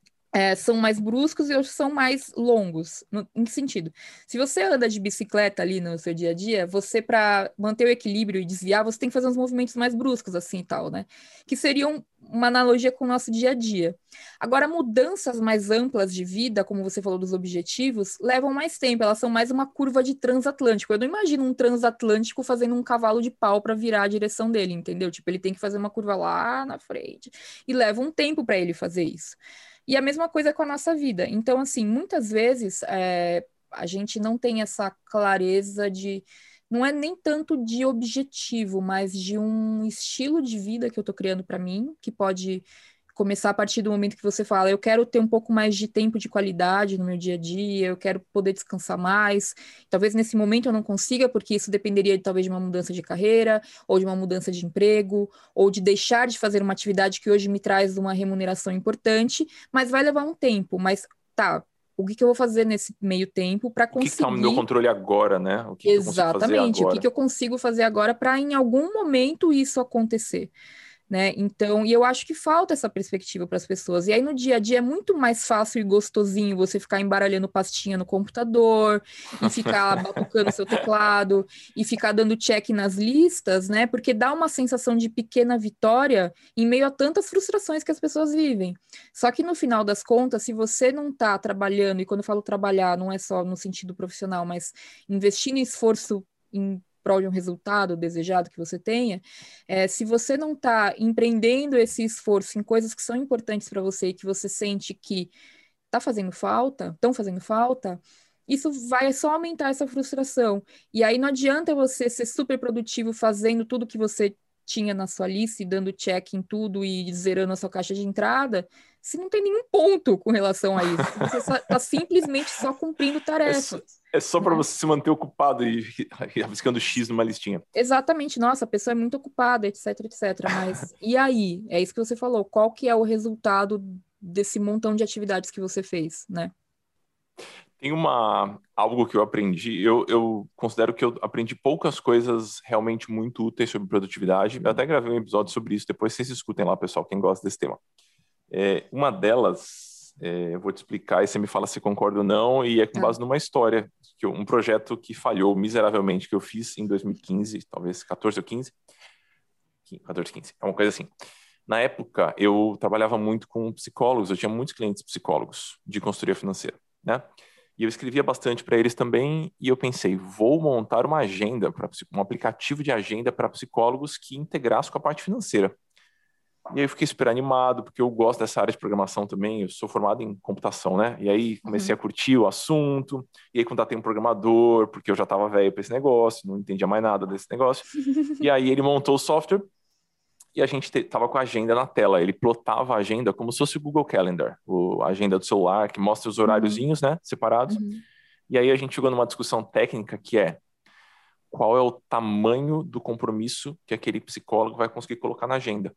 é, são mais bruscos e outros são mais longos. No, em que sentido? Se você anda de bicicleta ali no seu dia a dia, você, para manter o equilíbrio e desviar, você tem que fazer uns movimentos mais bruscos, assim e tal, né? Que seriam uma analogia com o nosso dia a dia. Agora, mudanças mais amplas de vida, como você falou dos objetivos, levam mais tempo, elas são mais uma curva de transatlântico. Eu não imagino um transatlântico fazendo um cavalo de pau para virar a direção dele, entendeu? Tipo, ele tem que fazer uma curva lá na frente. E leva um tempo para ele fazer isso. E a mesma coisa com a nossa vida. Então, assim, muitas vezes é, a gente não tem essa clareza de. Não é nem tanto de objetivo, mas de um estilo de vida que eu tô criando para mim, que pode começar a partir do momento que você fala, eu quero ter um pouco mais de tempo de qualidade no meu dia a dia, eu quero poder descansar mais. Talvez nesse momento eu não consiga, porque isso dependeria talvez de uma mudança de carreira, ou de uma mudança de emprego, ou de deixar de fazer uma atividade que hoje me traz uma remuneração importante, mas vai levar um tempo. Mas tá, o que que eu vou fazer nesse meio tempo para O que que tá no meu conseguir. controle agora, né? O que que eu consigo fazer Exatamente, o que que agora? eu consigo fazer agora para em algum momento isso acontecer? Né? Então, e eu acho que falta essa perspectiva para as pessoas. E aí no dia a dia é muito mais fácil e gostosinho você ficar embaralhando pastinha no computador e ficar batucando seu teclado e ficar dando check nas listas, né? Porque dá uma sensação de pequena vitória em meio a tantas frustrações que as pessoas vivem. Só que no final das contas, se você não está trabalhando, e quando eu falo trabalhar, não é só no sentido profissional, mas investindo esforço em prol de um resultado desejado que você tenha, é, se você não está empreendendo esse esforço em coisas que são importantes para você e que você sente que está fazendo falta, estão fazendo falta, isso vai só aumentar essa frustração. E aí não adianta você ser super produtivo fazendo tudo que você tinha na sua lista e dando check em tudo e zerando a sua caixa de entrada, se não tem nenhum ponto com relação a isso. Se você está simplesmente só cumprindo É só, tarefas, é só para né? você se manter ocupado e, e rabiscando X numa listinha. Exatamente, nossa, a pessoa é muito ocupada, etc, etcétera. Mas e aí? É isso que você falou. Qual que é o resultado desse montão de atividades que você fez, né? Tem uma algo que eu aprendi. Eu, eu considero que eu aprendi poucas coisas realmente muito úteis sobre produtividade. Eu até gravei um episódio sobre isso. Depois vocês escutem lá, pessoal, quem gosta desse tema. É, uma delas, é, eu vou te explicar e você me fala se concorda ou não. E é com Tá. base numa história, que eu- um projeto que falhou miseravelmente que eu fiz em dois mil e quinze, talvez quatorze ou quinze. quatorze, quinze, é uma coisa assim. Na época, eu trabalhava muito com psicólogos, eu tinha muitos clientes psicólogos de consultoria financeira, né? E eu escrevia bastante para eles também, e eu pensei, vou montar uma agenda, para um aplicativo de agenda para psicólogos que integrasse com a parte financeira. E aí eu fiquei super animado, porque eu gosto dessa área de programação também, eu sou formado em computação, né? E aí comecei Uhum. a curtir o assunto, e aí contatei um programador, porque eu já estava velho para esse negócio, não entendia mais nada desse negócio. E aí ele montou o software, e a gente estava com a agenda na tela. Ele plotava a agenda como se fosse o Google Calendar, o, a agenda do celular, que mostra os Uhum. horáriozinhos, né, separados. Uhum. E aí a gente chegou numa discussão técnica que é qual é o tamanho do compromisso que aquele psicólogo vai conseguir colocar na agenda,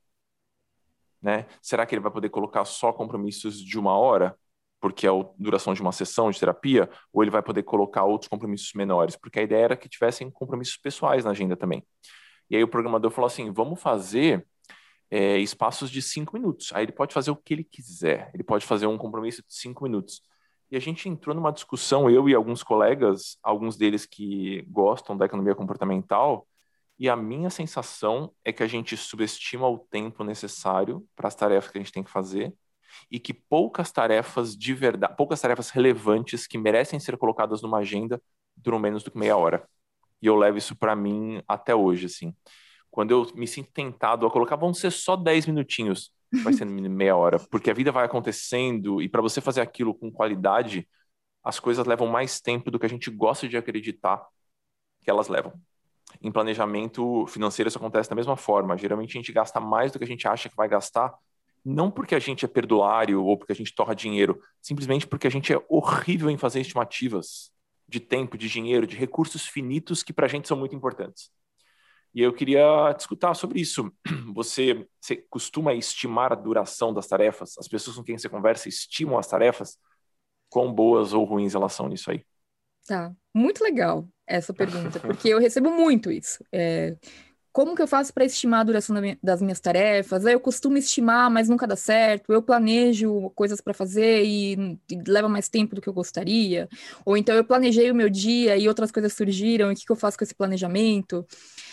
né? Será que ele vai poder colocar só compromissos de uma hora, porque é a duração de uma sessão de terapia, ou ele vai poder colocar outros compromissos menores? Porque a ideia era que tivessem compromissos pessoais na agenda também. E aí o programador falou assim, vamos fazer é, espaços de cinco minutos. Aí ele pode fazer o que ele quiser. Ele pode fazer um compromisso de cinco minutos. E a gente entrou numa discussão, eu e alguns colegas, alguns deles que gostam da economia comportamental, e a minha sensação é que a gente subestima o tempo necessário para as tarefas que a gente tem que fazer e que poucas tarefas de verdade, poucas tarefas relevantes que merecem ser colocadas numa agenda duram menos do que meia hora. E eu levo isso para mim até hoje, assim. Quando eu me sinto tentado a colocar, vão ser só dez minutinhos, vai ser meia hora, porque a vida vai acontecendo e para você fazer aquilo com qualidade, as coisas levam mais tempo do que a gente gosta de acreditar que elas levam. Em planejamento financeiro isso acontece da mesma forma. Geralmente a gente gasta mais do que a gente acha que vai gastar, não porque a gente é perdulário ou porque a gente torra dinheiro, simplesmente porque a gente é horrível em fazer estimativas de tempo, de dinheiro, de recursos finitos que para a gente são muito importantes. E eu queria discutir sobre isso. Você, você costuma estimar a duração das tarefas? As pessoas com quem você conversa estimam as tarefas? Quão boas ou ruins elas são nisso aí? Tá, muito legal essa pergunta, porque eu recebo muito isso. É, como que eu faço para estimar a duração da minha- das minhas tarefas? Eu costumo estimar, mas nunca dá certo. Eu planejo coisas para fazer e, e leva mais tempo do que eu gostaria. Ou então eu planejei o meu dia e outras coisas surgiram, e o que que eu faço com esse planejamento?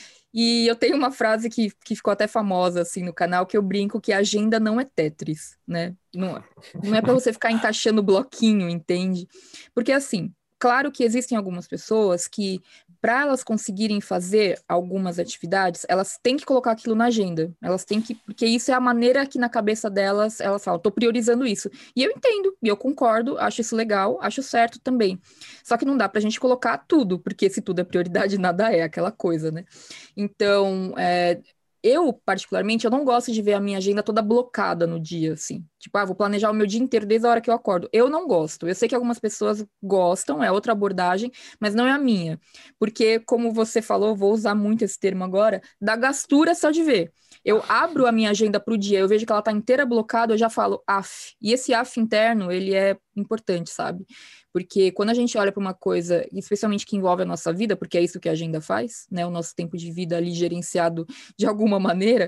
E eu tenho uma frase que, que ficou até famosa assim no canal, que eu brinco que a agenda não é Tetris, né? Não, é- não é para você ficar encaixando bloquinho, entende? Porque assim, claro que existem algumas pessoas que, para elas conseguirem fazer algumas atividades, elas têm que colocar aquilo na agenda. Elas têm que, porque isso é a maneira que na cabeça delas elas falam, tô priorizando isso. E eu entendo, e eu concordo, acho isso legal, acho certo também. Só que não dá pra gente colocar tudo, porque se tudo é prioridade, nada é aquela coisa, né? Então, é, eu, particularmente, eu não gosto de ver a minha agenda toda blocada no dia, assim. Tipo, ah, vou planejar o meu dia inteiro desde a hora que eu acordo. Eu não gosto. Eu sei que algumas pessoas gostam, é outra abordagem, mas não é a minha. Porque, como você falou, vou usar muito esse termo agora, dá gastura só de ver. Eu abro a minha agenda para o dia, eu vejo que ela tá inteira blocada, eu já falo af. E esse af interno, ele é importante, sabe? Porque quando a gente olha para uma coisa, especialmente que envolve a nossa vida, porque é isso que a agenda faz, né? O nosso tempo de vida ali gerenciado de alguma maneira,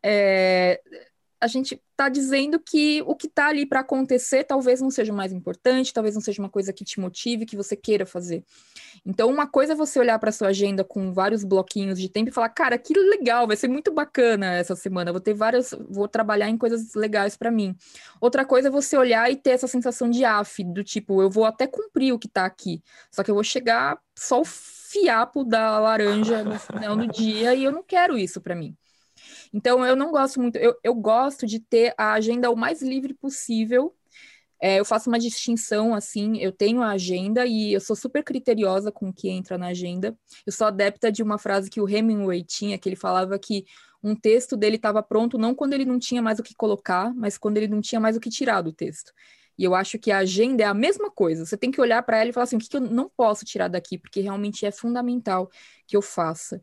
é, a gente está dizendo que o que está ali para acontecer talvez não seja o mais importante, talvez não seja uma coisa que te motive, que você queira fazer. Então, uma coisa é você olhar para sua agenda com vários bloquinhos de tempo e falar, cara, que legal, vai ser muito bacana essa semana, vou ter várias, vou trabalhar em coisas legais para mim. Outra coisa é você olhar e ter essa sensação de af, do tipo, eu vou até cumprir o que está aqui, só que eu vou chegar só o fiapo da laranja no final do dia e eu não quero isso para mim. Então, eu não gosto muito, eu, eu gosto de ter a agenda o mais livre possível. É, eu faço uma distinção, assim, eu tenho a agenda e eu sou super criteriosa com o que entra na agenda. Eu sou adepta de uma frase que o Hemingway tinha, que ele falava que um texto dele estava pronto não quando ele não tinha mais o que colocar, mas quando ele não tinha mais o que tirar do texto. E eu acho que a agenda é a mesma coisa. Você tem que olhar para ela e falar assim, o que, que eu não posso tirar daqui, porque realmente é fundamental que eu faça.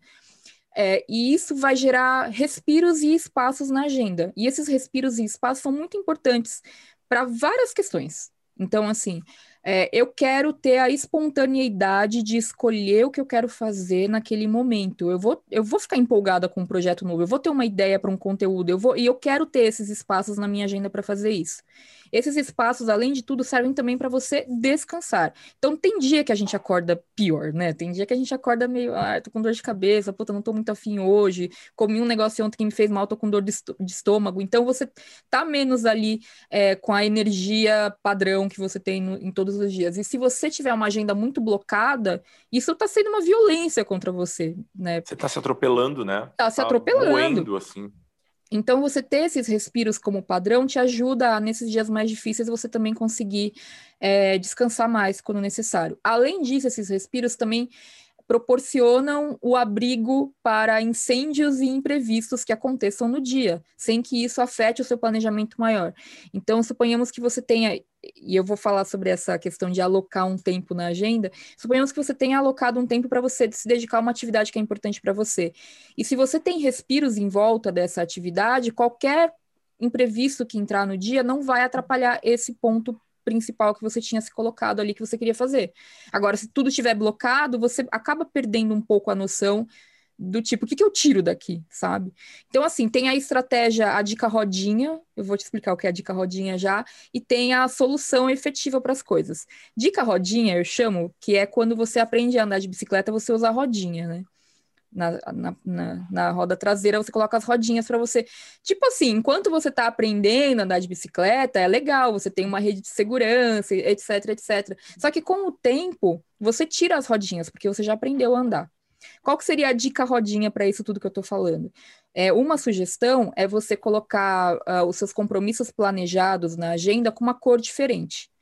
É, e isso vai gerar respiros e espaços na agenda. E esses respiros e espaços são muito importantes para várias questões. Então, assim, é, eu quero ter a espontaneidade de escolher o que eu quero fazer naquele momento. Eu vou, eu vou ficar empolgada com um projeto novo, eu vou ter uma ideia para um conteúdo, eu vou, e eu quero ter esses espaços na minha agenda para fazer isso. Esses espaços, além de tudo, servem também para você descansar. Então, tem dia que a gente acorda pior, né? Tem dia que a gente acorda meio, ah, tô com dor de cabeça, puta, não tô muito afim hoje, comi um negócio ontem que me fez mal, tô com dor de, de estômago. Então, você tá menos ali é, com a energia padrão que você tem no, em todos os dias. E se você tiver uma agenda muito blocada, isso tá sendo uma violência contra você, né? Você tá se atropelando, né? Tá se Tá atropelando. moendo, assim. Então, você ter esses respiros como padrão te ajuda, a, nesses dias mais difíceis, você também conseguir é, descansar mais quando necessário. Além disso, esses respiros também proporcionam o abrigo para incêndios e imprevistos que aconteçam no dia, sem que isso afete o seu planejamento maior. Então, suponhamos que você tenha, e eu vou falar sobre essa questão de alocar um tempo na agenda, suponhamos que você tenha alocado um tempo para você se dedicar a uma atividade que é importante para você. E se você tem respiros em volta dessa atividade, qualquer imprevisto que entrar no dia não vai atrapalhar esse ponto principal que você tinha se colocado ali que você queria fazer. Agora, se tudo estiver blocado, você acaba perdendo um pouco a noção do tipo, o que, que eu tiro daqui, sabe? Então, assim, tem a estratégia, a dica rodinha, eu vou te explicar o que é a dica rodinha já, e tem a solução efetiva para as coisas. Dica rodinha, eu chamo, que é quando você aprende a andar de bicicleta, você usa a rodinha, né? Na, na, na, na roda traseira, você coloca as rodinhas para você. Tipo assim, enquanto você está aprendendo a andar de bicicleta, é legal, você tem uma rede de segurança, etc, etcétera. Só que com o tempo, você tira as rodinhas, porque você já aprendeu a andar. Qual que seria a dica rodinha para isso tudo que eu estou falando? É, uma sugestão é você colocar uh, os seus compromissos planejados na agenda com uma cor diferente.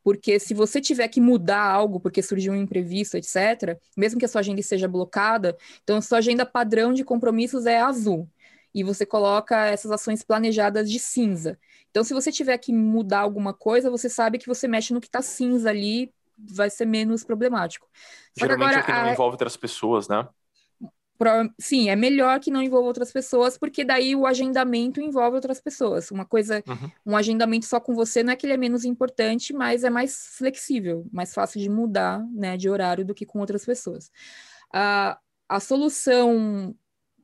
Porque se você tiver que mudar algo porque surgiu um imprevisto, etcétera, mesmo que a sua agenda esteja blocada, então a sua agenda padrão de compromissos é azul. E você coloca essas ações planejadas de cinza. Então, se você tiver que mudar alguma coisa, você sabe que você mexe no que está cinza ali, vai ser menos problemático. Só que Geralmente agora, é o que não a, envolve outras pessoas, né? Pro- Sim, é melhor que não envolva outras pessoas, porque daí o agendamento envolve outras pessoas. Uma coisa, Uhum. um agendamento só com você não é que ele é menos importante, mas é mais flexível, mais fácil de mudar, né, de horário do que com outras pessoas. A, a solução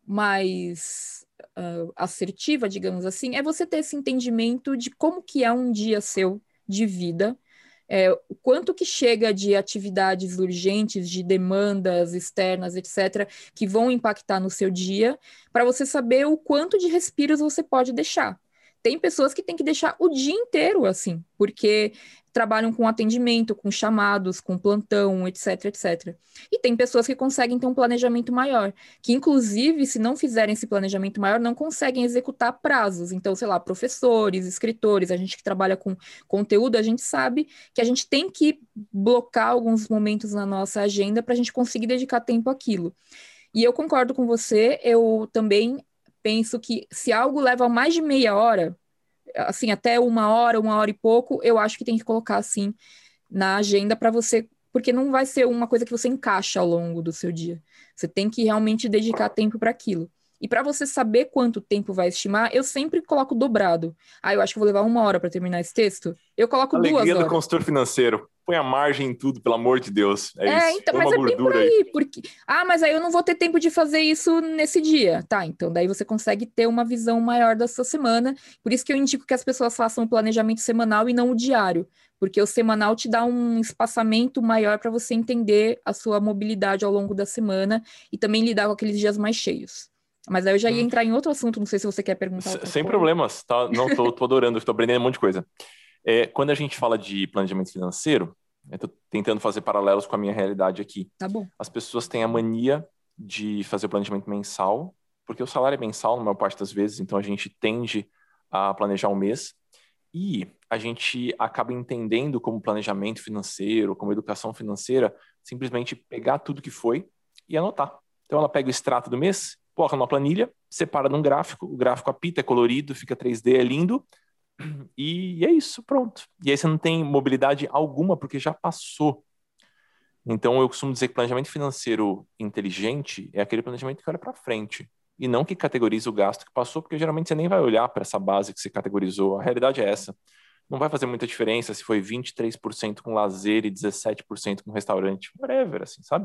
mais ah, assertiva, digamos assim, é você ter esse entendimento de como que é um dia seu de vida, é, o quanto que chega de atividades urgentes, de demandas externas, etcétera, que vão impactar no seu dia, para você saber o quanto de respiros você pode deixar. Tem pessoas que têm que deixar o dia inteiro assim, porque trabalham com atendimento, com chamados, com plantão, etc, etcétera. E tem pessoas que conseguem ter um planejamento maior, que inclusive, se não fizerem esse planejamento maior, não conseguem executar prazos. Então, sei lá, professores, escritores, a gente que trabalha com conteúdo, a gente sabe que a gente tem que blocar alguns momentos na nossa agenda para a gente conseguir dedicar tempo àquilo. E eu concordo com você, eu também penso que se algo leva mais de meia hora, assim, até uma hora, uma hora e pouco, eu acho que tem que colocar assim na agenda para você, porque não vai ser uma coisa que você encaixa ao longo do seu dia. Você tem que realmente dedicar tempo para aquilo. E para você saber quanto tempo vai estimar, eu sempre coloco dobrado. Ah, eu acho que eu vou levar uma hora para terminar esse texto. Eu coloco duas Alegria do horas. consultor financeiro. Põe a margem em tudo, pelo amor de Deus. É É, isso. então, Põe mas uma é bem por gordura aí. aí, porque. Ah, mas aí eu não vou ter tempo de fazer isso nesse dia. Tá, então daí você consegue ter uma visão maior da sua semana. Por isso que eu indico que as pessoas façam o planejamento semanal e não o diário. Porque o semanal te dá um espaçamento maior para você entender a sua mobilidade ao longo da semana e também lidar com aqueles dias mais cheios. Mas aí eu já ia Hum, entrar em outro assunto, não sei se você quer perguntar s- outra sem coisa. problemas, tá? Não, tô, tô adorando, tô aprendendo um monte de coisa. É, quando a gente fala de planejamento financeiro, eu tô tentando fazer paralelos com a minha realidade aqui. Tá bom. As pessoas têm a mania de fazer o planejamento mensal, porque o salário é mensal na maior parte das vezes, então a gente tende a planejar um mês e a gente acaba entendendo como planejamento financeiro, como educação financeira, simplesmente pegar tudo que foi e anotar. Então ela pega o extrato do mês, coloca numa planilha, separa num gráfico, o gráfico apita, é colorido, fica três D, é lindo, e é isso, pronto. E aí você não tem mobilidade alguma, porque já passou. Então, eu costumo dizer que planejamento financeiro inteligente é aquele planejamento que olha para frente e não que categoriza o gasto que passou, porque geralmente você nem vai olhar para essa base que você categorizou. A realidade é essa. Não vai fazer muita diferença se foi vinte e três por cento com lazer e dezessete por cento com restaurante, whatever, assim, sabe?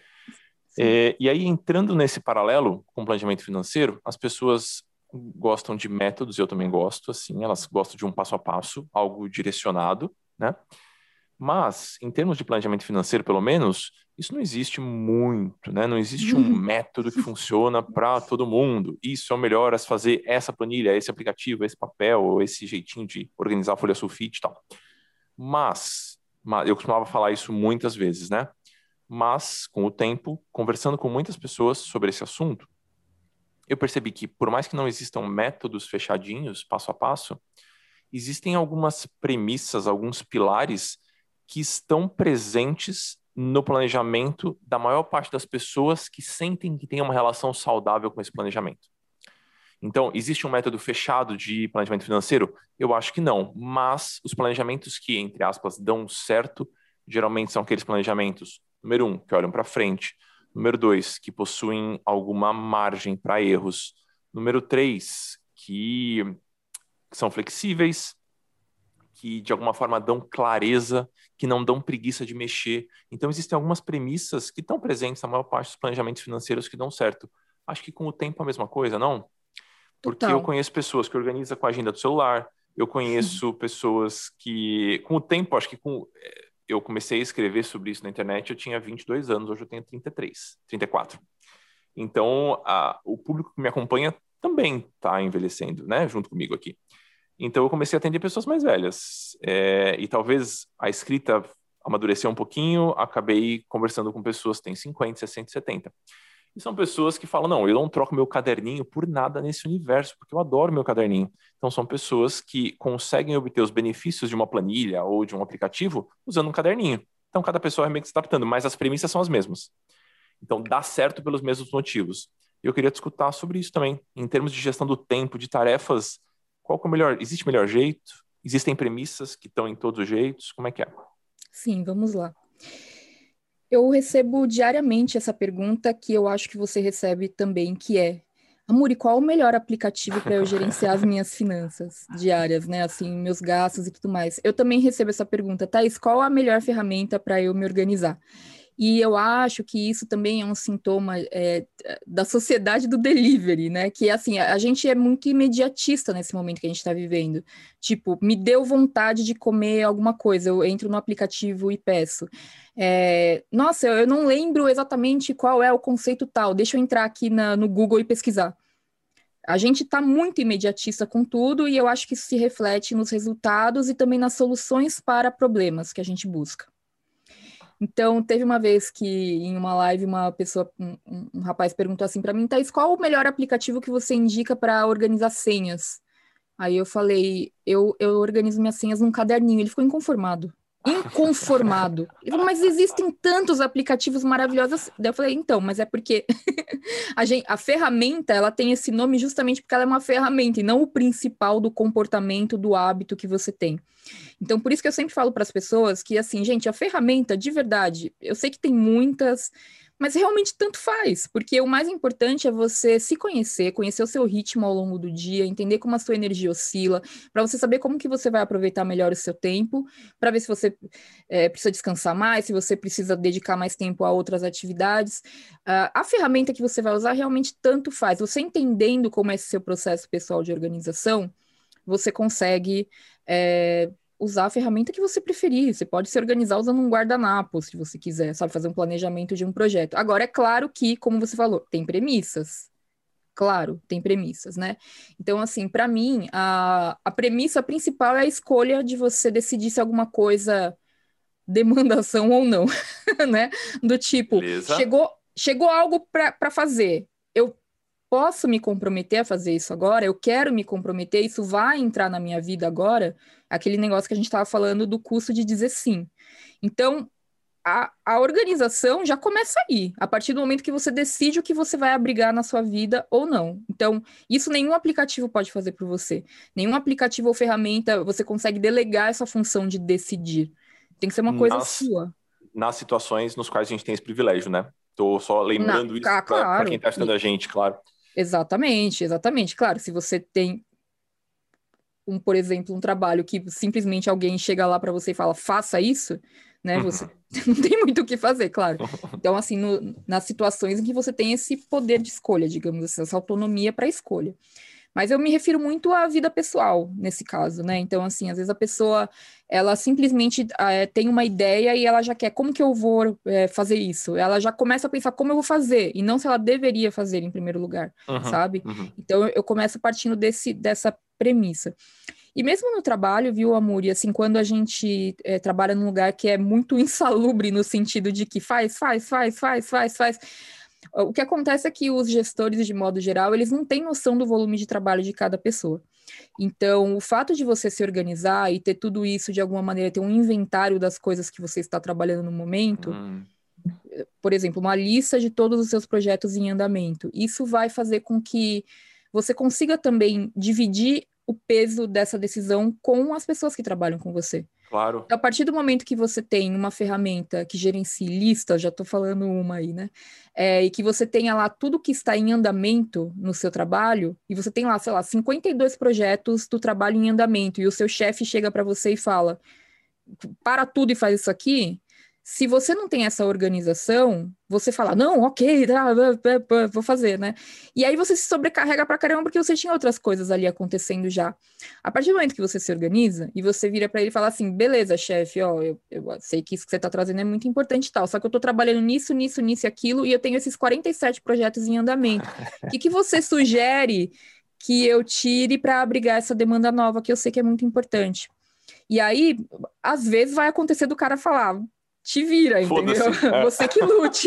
Sim. É, e aí, entrando nesse paralelo com o planejamento financeiro, as pessoas gostam de métodos, eu também gosto, assim, elas gostam de um passo a passo, algo direcionado, né? Mas, em termos de planejamento financeiro, pelo menos, isso não existe muito, né? Não existe um método que funciona para todo mundo. Isso é o melhor a se fazer essa planilha, esse aplicativo, esse papel, esse jeitinho de organizar a folha sulfite e tal. Mas, mas, eu costumava falar isso muitas vezes, né? Mas, com o tempo, conversando com muitas pessoas sobre esse assunto, eu percebi que, por mais que não existam métodos fechadinhos, passo a passo, existem algumas premissas, alguns pilares que estão presentes no planejamento da maior parte das pessoas que sentem que tem uma relação saudável com esse planejamento. Então, existe um método fechado de planejamento financeiro? Eu acho que não, mas os planejamentos que, entre aspas, dão certo, geralmente são aqueles planejamentos, número um, que olham para frente, número dois, que possuem alguma margem para erros, número três, que são flexíveis, que de alguma forma dão clareza, que não dão preguiça de mexer. Então, existem algumas premissas que estão presentes na maior parte dos planejamentos financeiros que dão certo. Acho que com o tempo é a mesma coisa, não? Porque eu Total. conheço pessoas que organizam com a agenda do celular, eu conheço pessoas que, com o tempo, acho que com, eu comecei a escrever sobre isso na internet, eu tinha vinte e dois anos, hoje eu tenho trinta e três, trinta e quatro. Então, a, o público que me acompanha também está envelhecendo, né, junto comigo aqui. Então, eu comecei a atender pessoas mais velhas. É, e talvez a escrita amadureceu um pouquinho, acabei conversando com pessoas que têm cinquenta, sessenta, setenta. E são pessoas que falam, não, eu não troco meu caderninho por nada nesse universo, porque eu adoro meu caderninho. Então são pessoas que conseguem obter os benefícios de uma planilha ou de um aplicativo usando um caderninho. Então cada pessoa é meio que se adaptando, mas as premissas são as mesmas. Então dá certo pelos mesmos motivos. E eu queria te escutar sobre isso também, em termos de gestão do tempo, de tarefas, qual que é o melhor? Existe melhor jeito? Existem premissas que estão em todos os jeitos? Como é que é? Sim, vamos lá. Eu recebo diariamente essa pergunta que eu acho que você recebe também, que é: Amuri, qual o melhor aplicativo para eu gerenciar as minhas finanças diárias, né? Assim, meus gastos e tudo mais. Eu também recebo essa pergunta, Thaís, qual a melhor ferramenta para eu me organizar? E eu acho que isso também é um sintoma é, da sociedade do delivery, né? Que, assim, a gente é muito imediatista nesse momento que a gente está vivendo. Tipo, me deu vontade de comer alguma coisa, eu entro no aplicativo e peço. É, nossa, eu não lembro exatamente qual é o conceito tal, deixa eu entrar aqui na, no Google e pesquisar. A gente está muito imediatista com tudo e eu acho que isso se reflete nos resultados e também nas soluções para problemas que a gente busca. Então, teve uma vez que em uma live uma pessoa, um, um, um rapaz perguntou assim para mim, Thaís, qual o melhor aplicativo que você indica para organizar senhas? Aí eu falei, eu, eu organizo minhas senhas num caderninho. Ele ficou inconformado. Inconformado. Ele falou, mas existem tantos aplicativos maravilhosos. Daí eu falei, então, mas é porque a, gente, a ferramenta, ela tem esse nome justamente porque ela é uma ferramenta e não o principal do comportamento, do hábito que você tem. Então, por isso que eu sempre falo para as pessoas que, assim, gente, a ferramenta, de verdade, eu sei que tem muitas, mas realmente tanto faz, porque o mais importante é você se conhecer, conhecer o seu ritmo ao longo do dia, entender como a sua energia oscila, para você saber como que você vai aproveitar melhor o seu tempo, para ver se você é, precisa descansar mais, se você precisa dedicar mais tempo a outras atividades. Uh, a ferramenta que você vai usar realmente tanto faz. Você entendendo como é esse seu processo pessoal de organização, você consegue é, usar a ferramenta que você preferir. Você pode se organizar usando um guardanapo, se você quiser, sabe? Fazer um planejamento de um projeto. Agora, é claro que, como você falou, tem premissas. Claro, tem premissas, né? Então, assim, para mim, a, a premissa principal é a escolha de você decidir se alguma coisa demanda ação ou não, né? Do tipo, Beleza. chegou, chegou algo para fazer. Eu posso me comprometer a fazer isso agora? Eu quero me comprometer? Isso vai entrar na minha vida agora? Aquele negócio que a gente estava falando do custo de dizer sim. Então, a, a organização já começa aí, a partir do momento que você decide o que você vai abrigar na sua vida ou não. Então, isso nenhum aplicativo pode fazer por você. Nenhum aplicativo ou ferramenta você consegue delegar essa função de decidir. Tem que ser uma coisa Nas, sua. nas situações nos quais a gente tem esse privilégio, né? Tô só Na, lembrando isso ah, para quem claro. está estudando E, a gente, claro. exatamente, exatamente. Claro, se você tem um, por exemplo, um trabalho que simplesmente alguém chega lá para você e fala, faça isso, né? Você Uhum. não tem muito o que fazer, claro. Então, assim, no, nas situações em que você tem esse poder de escolha, digamos assim, essa autonomia para escolha. Mas eu me refiro muito à vida pessoal, nesse caso, né? Então, assim, às vezes a pessoa, ela simplesmente é, tem uma ideia e ela já quer, como que eu vou é, fazer isso? Ela já começa a pensar como eu vou fazer, e não se ela deveria fazer em primeiro lugar, Uhum. sabe? Uhum. Então, eu, eu começo partindo desse, dessa premissa. E mesmo no trabalho, viu, Amuri, assim, quando a gente é, trabalha num lugar que é muito insalubre no sentido de que faz, faz, faz, faz, faz, faz, o que acontece é que os gestores, de modo geral, eles não têm noção do volume de trabalho de cada pessoa. Então, o fato de você se organizar e ter tudo isso, de alguma maneira, ter um inventário das coisas que você está trabalhando no momento, Uhum. por exemplo, uma lista de todos os seus projetos em andamento, isso vai fazer com que você consiga também dividir o peso dessa decisão com as pessoas que trabalham com você. Claro. A partir do momento que você tem uma ferramenta que gerencie listas, já estou falando uma aí, né? É, e que você tenha lá tudo que está em andamento no seu trabalho, e você tem lá, sei lá, cinquenta e dois projetos do trabalho em andamento, e o seu chefe chega para você e fala, para tudo e faz isso aqui. Se você não tem essa organização, você fala, não, ok, tá, vou fazer, né? E aí você se sobrecarrega pra caramba porque você tinha outras coisas ali acontecendo já. A partir do momento que você se organiza e você vira para ele e fala assim, beleza, chefe, ó, eu, eu sei que isso que você tá trazendo é muito importante e tal, só que eu tô trabalhando nisso, nisso, nisso e aquilo, e eu tenho esses quarenta e sete projetos em andamento. O que, que você sugere que eu tire para abrigar essa demanda nova que eu sei que é muito importante? E aí, às vezes vai acontecer do cara falar, te vira, entendeu? É. Você que lute.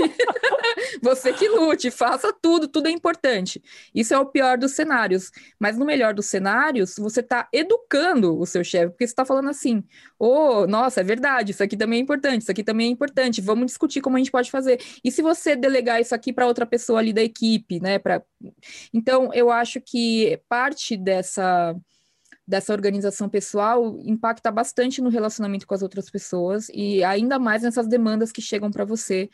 Você que lute, faça tudo, tudo é importante. Isso é o pior dos cenários. Mas no melhor dos cenários, você está educando o seu chefe, porque você está falando assim, oh, nossa, é verdade, isso aqui também é importante, isso aqui também é importante, vamos discutir como a gente pode fazer. E se você delegar isso aqui para outra pessoa ali da equipe, né? Pra... Então, eu acho que parte dessa... dessa organização pessoal impacta bastante no relacionamento com as outras pessoas e ainda mais nessas demandas que chegam para você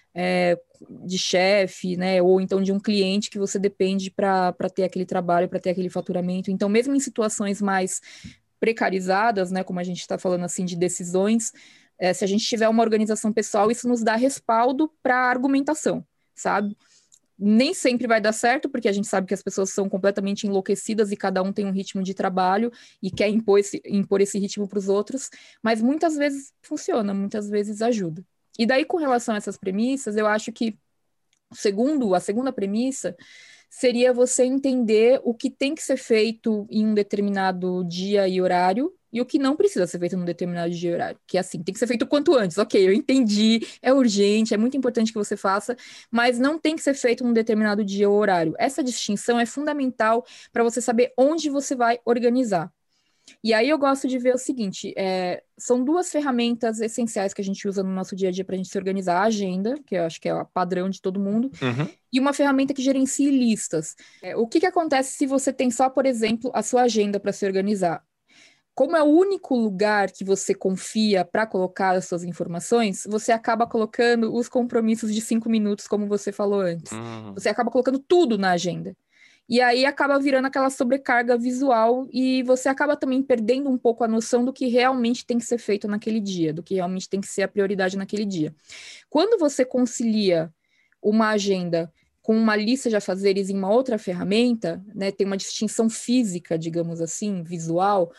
é, de chefe, né, ou então de um cliente que você depende para ter aquele trabalho, para ter aquele faturamento. Então, mesmo em situações mais precarizadas, né, como a gente está falando assim de decisões, é, se a gente tiver uma organização pessoal, isso nos dá respaldo para a argumentação, sabe? Nem sempre vai dar certo, porque a gente sabe que as pessoas são completamente enlouquecidas e cada um tem um ritmo de trabalho e quer impor esse, impor esse ritmo para os outros, mas muitas vezes funciona, muitas vezes ajuda. E daí, com relação a essas premissas, eu acho que o segundo, a segunda premissa seria você entender o que tem que ser feito em um determinado dia e horário e o que não precisa ser feito num determinado dia e horário. Que é assim, tem que ser feito o quanto antes. Ok, eu entendi, é urgente, é muito importante que você faça, mas não tem que ser feito num determinado dia ou horário. Essa distinção é fundamental para você saber onde você vai organizar. E aí eu gosto de ver o seguinte, é, são duas ferramentas essenciais que a gente usa no nosso dia a dia para a gente se organizar, a agenda, que eu acho que é o padrão de todo mundo, Uhum. e uma ferramenta que gerencia listas. É, o que, que acontece se você tem só, por exemplo, a sua agenda para se organizar? Como é o único lugar que você confia para colocar as suas informações, você acaba colocando os compromissos de cinco minutos, como você falou antes. Uhum. Você acaba colocando tudo na agenda. E aí acaba virando aquela sobrecarga visual e você acaba também perdendo um pouco a noção do que realmente tem que ser feito naquele dia, do que realmente tem que ser a prioridade naquele dia. Quando você concilia uma agenda com uma lista de afazeres em uma outra ferramenta, né, tem uma distinção física, digamos assim, visual,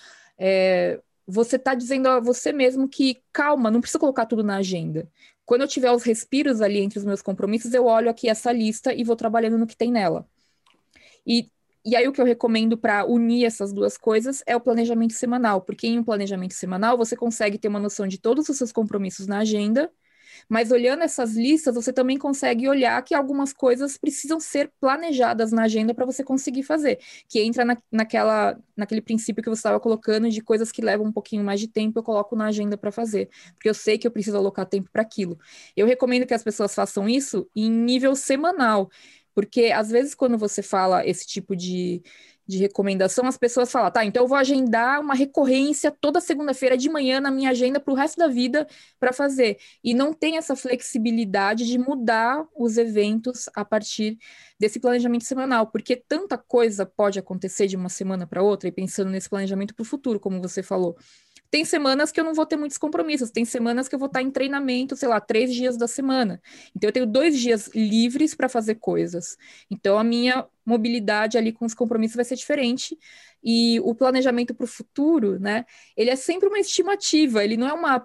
é, você está dizendo a você mesmo que, calma, não precisa colocar tudo na agenda. Quando eu tiver os respiros ali entre os meus compromissos, eu olho aqui essa lista e vou trabalhando no que tem nela. E, e aí o que eu recomendo para unir essas duas coisas é o planejamento semanal, porque em um planejamento semanal você consegue ter uma noção de todos os seus compromissos na agenda, mas olhando essas listas, você também consegue olhar que algumas coisas precisam ser planejadas na agenda para você conseguir fazer, que entra na, naquela, naquele princípio que você estava colocando de coisas que levam um pouquinho mais de tempo, eu coloco na agenda para fazer, porque eu sei que eu preciso alocar tempo para aquilo. Eu recomendo que as pessoas façam isso em nível semanal, porque, às vezes, quando você fala esse tipo de, de recomendação, as pessoas falam, tá, então eu vou agendar uma recorrência toda segunda-feira de manhã na minha agenda para o resto da vida para fazer. E não tem essa flexibilidade de mudar os eventos a partir desse planejamento semanal, porque tanta coisa pode acontecer de uma semana para outra, e pensando nesse planejamento para o futuro, como você falou. Tem semanas que eu não vou ter muitos compromissos, tem semanas que eu vou estar em treinamento, sei lá, três dias da semana. Então, eu tenho dois dias livres para fazer coisas. Então, a minha mobilidade ali com os compromissos vai ser diferente. E o planejamento para o futuro, né, ele é sempre uma estimativa, ele não é uma...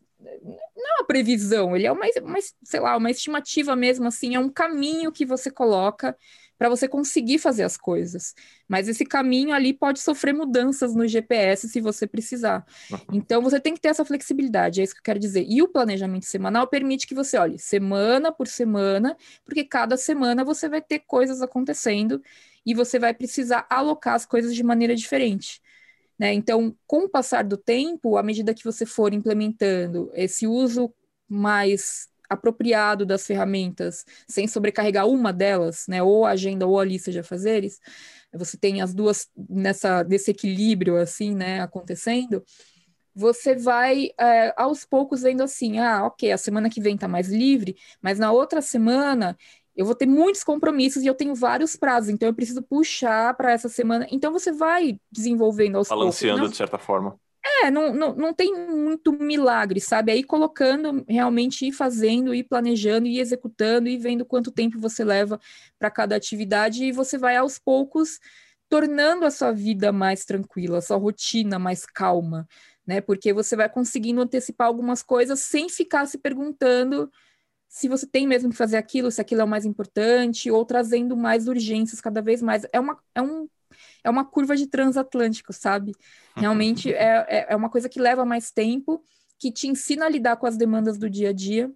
não é uma previsão, ele é uma, uma, sei lá, uma estimativa mesmo, assim, é um caminho que você coloca para você conseguir fazer as coisas. Mas esse caminho ali pode sofrer mudanças no G P S se você precisar. Então, você tem que ter essa flexibilidade, é isso que eu quero dizer. E o planejamento semanal permite que você olhe semana por semana, porque cada semana você vai ter coisas acontecendo e você vai precisar alocar as coisas de maneira diferente. Né? Então, com o passar do tempo, à medida que você for implementando esse uso mais apropriado das ferramentas, sem sobrecarregar uma delas, né, ou a agenda ou a lista de afazeres, você tem as duas nessa, nesse equilíbrio assim, né, acontecendo, você vai é, aos poucos vendo assim, ah, ok, a semana que vem está mais livre, mas na outra semana eu vou ter muitos compromissos e eu tenho vários prazos, então eu preciso puxar para essa semana. Então você vai desenvolvendo aos poucos. Balanceando, Não, de certa forma. É, não, não, não tem muito milagre, sabe? Aí colocando, realmente ir fazendo, ir planejando, ir executando, e vendo quanto tempo você leva para cada atividade, e você vai aos poucos tornando a sua vida mais tranquila, a sua rotina mais calma, né? Porque você vai conseguindo antecipar algumas coisas sem ficar se perguntando se você tem mesmo que fazer aquilo, se aquilo é o mais importante, ou trazendo mais urgências cada vez mais. É uma, é um É uma curva de transatlântico, sabe? Realmente é, é, é uma coisa que leva mais tempo que te ensina a lidar com as demandas do dia a dia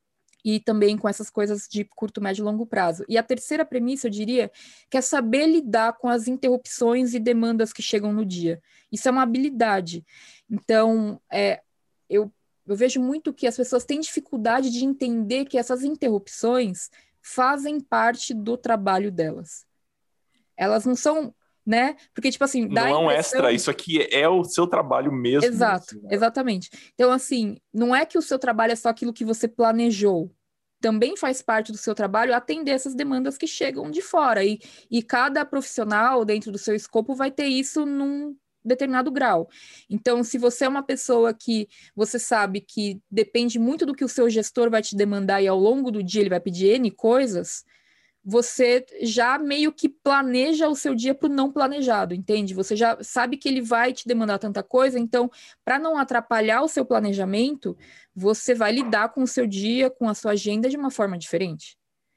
e também com essas coisas de curto, médio e longo prazo. E a terceira premissa, eu diria, que é saber lidar com as interrupções e demandas que chegam no dia. Isso é uma habilidade. Então, é, eu, eu vejo muito que as pessoas têm dificuldade de entender que essas interrupções fazem parte do trabalho delas. Elas não são, né? Porque, tipo assim, dá Não é um impressão... extra, isso aqui é o seu trabalho mesmo. Exato, assim, né? exatamente. Então, assim, não é que o seu trabalho é só aquilo que você planejou. Também faz parte do seu trabalho atender essas demandas que chegam de fora. E, e cada profissional dentro do seu escopo vai ter isso num determinado grau. Então, se você é uma pessoa que você sabe que depende muito do que o seu gestor vai te demandar e ao longo do dia ele vai pedir N coisas, você já meio que planeja o seu dia para o não planejado, entende? Você já sabe que ele vai te demandar tanta coisa, então, para não atrapalhar o seu planejamento, você vai lidar com o seu dia, com a sua agenda de uma forma diferente.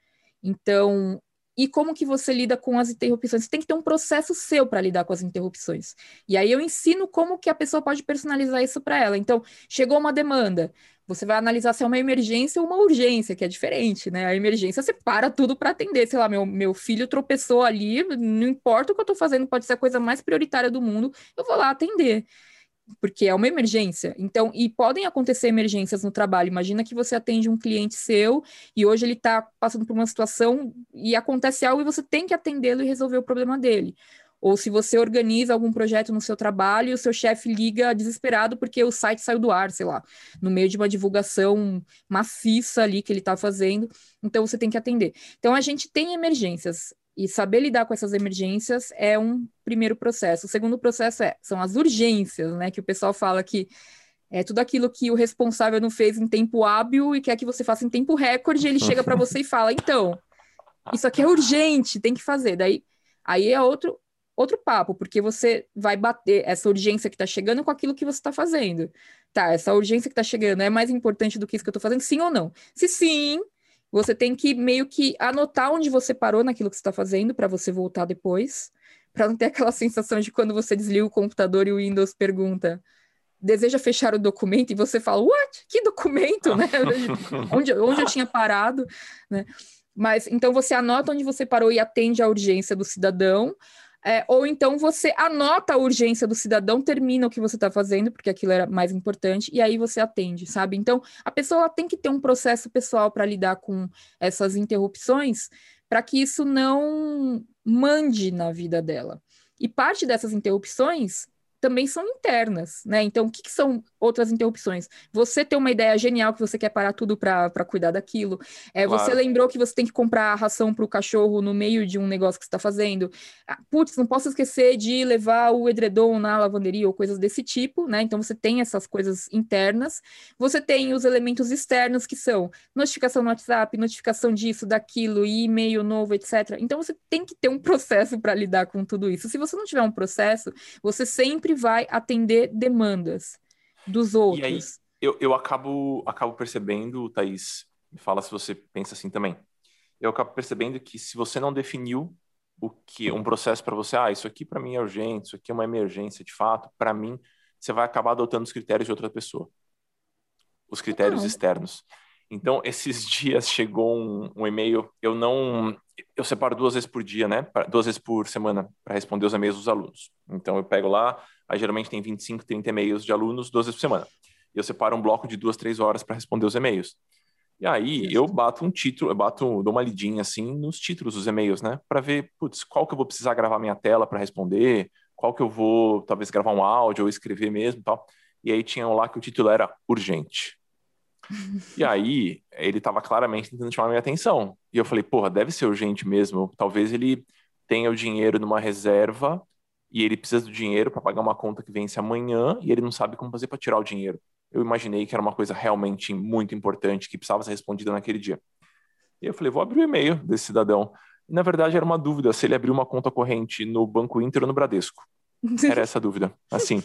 Então, e como que você lida com as interrupções? Você tem que ter um processo seu para lidar com as interrupções. E aí eu ensino como que a pessoa pode personalizar isso para ela. Então, chegou uma demanda, você vai analisar se é uma emergência ou uma urgência, que é diferente, né? A emergência você para tudo para atender. Sei lá, meu, meu filho tropeçou ali, não importa o que eu estou fazendo, pode ser a coisa mais prioritária do mundo, eu vou lá atender. Porque é uma emergência. Então, e podem acontecer emergências no trabalho. Imagina que você atende um cliente seu e hoje ele está passando por uma situação e acontece algo e você tem que atendê-lo e resolver o problema dele. Ou se você organiza algum projeto no seu trabalho e o seu chefe liga desesperado porque o site saiu do ar, sei lá, no meio de uma divulgação maciça ali que ele está fazendo. Então, você tem que atender. Então, a gente tem emergências. E saber lidar com essas emergências é um primeiro processo. O segundo processo é, são as urgências, né? Que o pessoal fala que é tudo aquilo que o responsável não fez em tempo hábil e quer que você faça em tempo recorde, ele chega para você e fala, então, isso aqui é urgente, tem que fazer. Daí, aí é outro, outro papo, porque você vai bater essa urgência que está chegando com aquilo que você está fazendo. Tá, essa urgência que está chegando é mais importante do que isso que eu estou fazendo, sim ou não? Se sim... Você tem que meio que anotar onde você parou naquilo que você está fazendo para você voltar depois, para não ter aquela sensação de quando você desliga o computador e o Windows pergunta, deseja fechar o documento e você fala, what? Que documento, né? onde, onde eu tinha parado, né? Mas então você anota onde você parou e atende à urgência do cidadão. É, ou então você anota a urgência do cidadão, termina o que você está fazendo, porque aquilo era mais importante, e aí você atende, sabe? Então, a pessoa tem que ter um processo pessoal para lidar com essas interrupções, para que isso não mande na vida dela. E parte dessas interrupções também são internas, né? Então, o que, que são outras interrupções? Você tem uma ideia genial que você quer parar tudo para cuidar daquilo. É, Claro. Você lembrou que você tem que comprar a ração para o cachorro no meio de um negócio que você está fazendo. Ah, putz, não posso esquecer de levar o edredom na lavanderia ou coisas desse tipo, né? Então, você tem essas coisas internas. Você tem os elementos externos, que são notificação no WhatsApp, notificação disso, daquilo, e-mail novo, etcétera. Então, você tem que ter um processo para lidar com tudo isso. Se você não tiver um processo, você sempre vai atender demandas dos outros. E aí, eu, eu acabo, acabo percebendo, Thaís, me fala se você pensa assim também. Eu acabo percebendo que se você não definiu o que um processo para você, ah, isso aqui para mim é urgente, isso aqui é uma emergência de fato, para mim, você vai acabar adotando os critérios de outra pessoa. Os critérios Não. externos. Então, esses dias chegou um, um e-mail, eu não... Eu separo duas vezes por dia, né? Duas vezes por semana para responder os e-mails dos alunos. Então, eu pego lá, aí geralmente tem vinte e cinco, trinta e-mails de alunos, duas vezes por semana. E eu separo um bloco de duas, três horas para responder os e-mails. E aí, eu bato um título, eu bato, dou uma lidinha, assim, nos títulos dos e-mails, né? Para ver, putz, qual que eu vou precisar gravar minha tela para responder, qual que eu vou, talvez, gravar um áudio ou escrever mesmo e tal. E aí, tinha lá que o título era urgente. E aí, ele estava claramente tentando chamar minha atenção. E eu falei, porra, deve ser urgente mesmo. Talvez ele tenha o dinheiro numa reserva e ele precisa do dinheiro para pagar uma conta que vence amanhã e ele não sabe como fazer para tirar o dinheiro. Eu imaginei que era uma coisa realmente muito importante que precisava ser respondida naquele dia. E eu falei, vou abrir o e-mail desse cidadão. E, na verdade, era uma dúvida se ele abriu uma conta corrente no Banco Inter ou no Bradesco. Era essa a dúvida. Assim,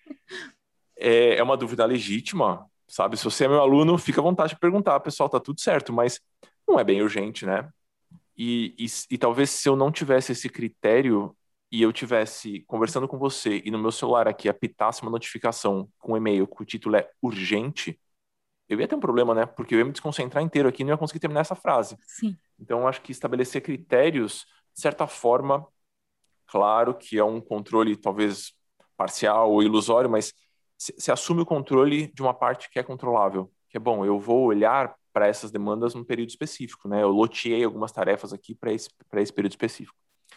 é, é uma dúvida legítima, sabe? Se você é meu aluno, fica à vontade de perguntar, pessoal, tá tudo certo, mas não é bem urgente, né? E, e, e talvez se eu não tivesse esse critério e eu tivesse conversando com você e no meu celular aqui apitasse uma notificação com um e-mail que o título é urgente, eu ia ter um problema, né? Porque eu ia me desconcentrar inteiro aqui e não ia conseguir terminar essa frase. Sim. Então, eu acho que estabelecer critérios, de certa forma, claro que é um controle talvez parcial ou ilusório, mas se assume o controle de uma parte que é controlável. Que é bom, eu vou olhar para essas demandas num período específico, né? Eu loteei algumas tarefas aqui para esse, para esse período específico.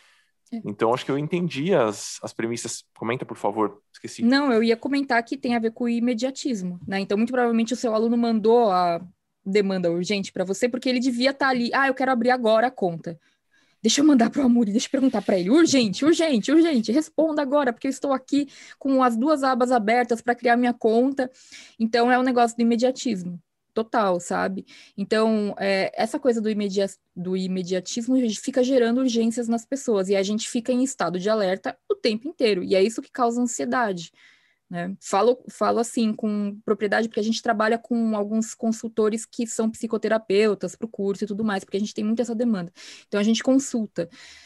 É. Então, acho que eu entendi as, as premissas. Comenta, por favor. Esqueci. Não, eu ia comentar que tem a ver com o imediatismo, né? Então, muito provavelmente o seu aluno mandou a demanda urgente para você porque ele devia estar ali. Ah, eu quero abrir agora a conta. Deixa eu mandar para o Amuri, deixa eu perguntar para ele. Urgente, urgente, urgente. Responda agora, porque eu estou aqui com as duas abas abertas para criar minha conta. Então, é um negócio do imediatismo. Total, sabe? Então, é, essa coisa do, imedi do imediatismo fica gerando urgências nas pessoas, e a gente fica em estado de alerta o tempo inteiro, e é isso que causa ansiedade, né? Falo, falo assim com propriedade, porque a gente trabalha com alguns consultores que são psicoterapeutas para o curso e tudo mais, porque a gente tem muito essa demanda. Então, a gente consulta.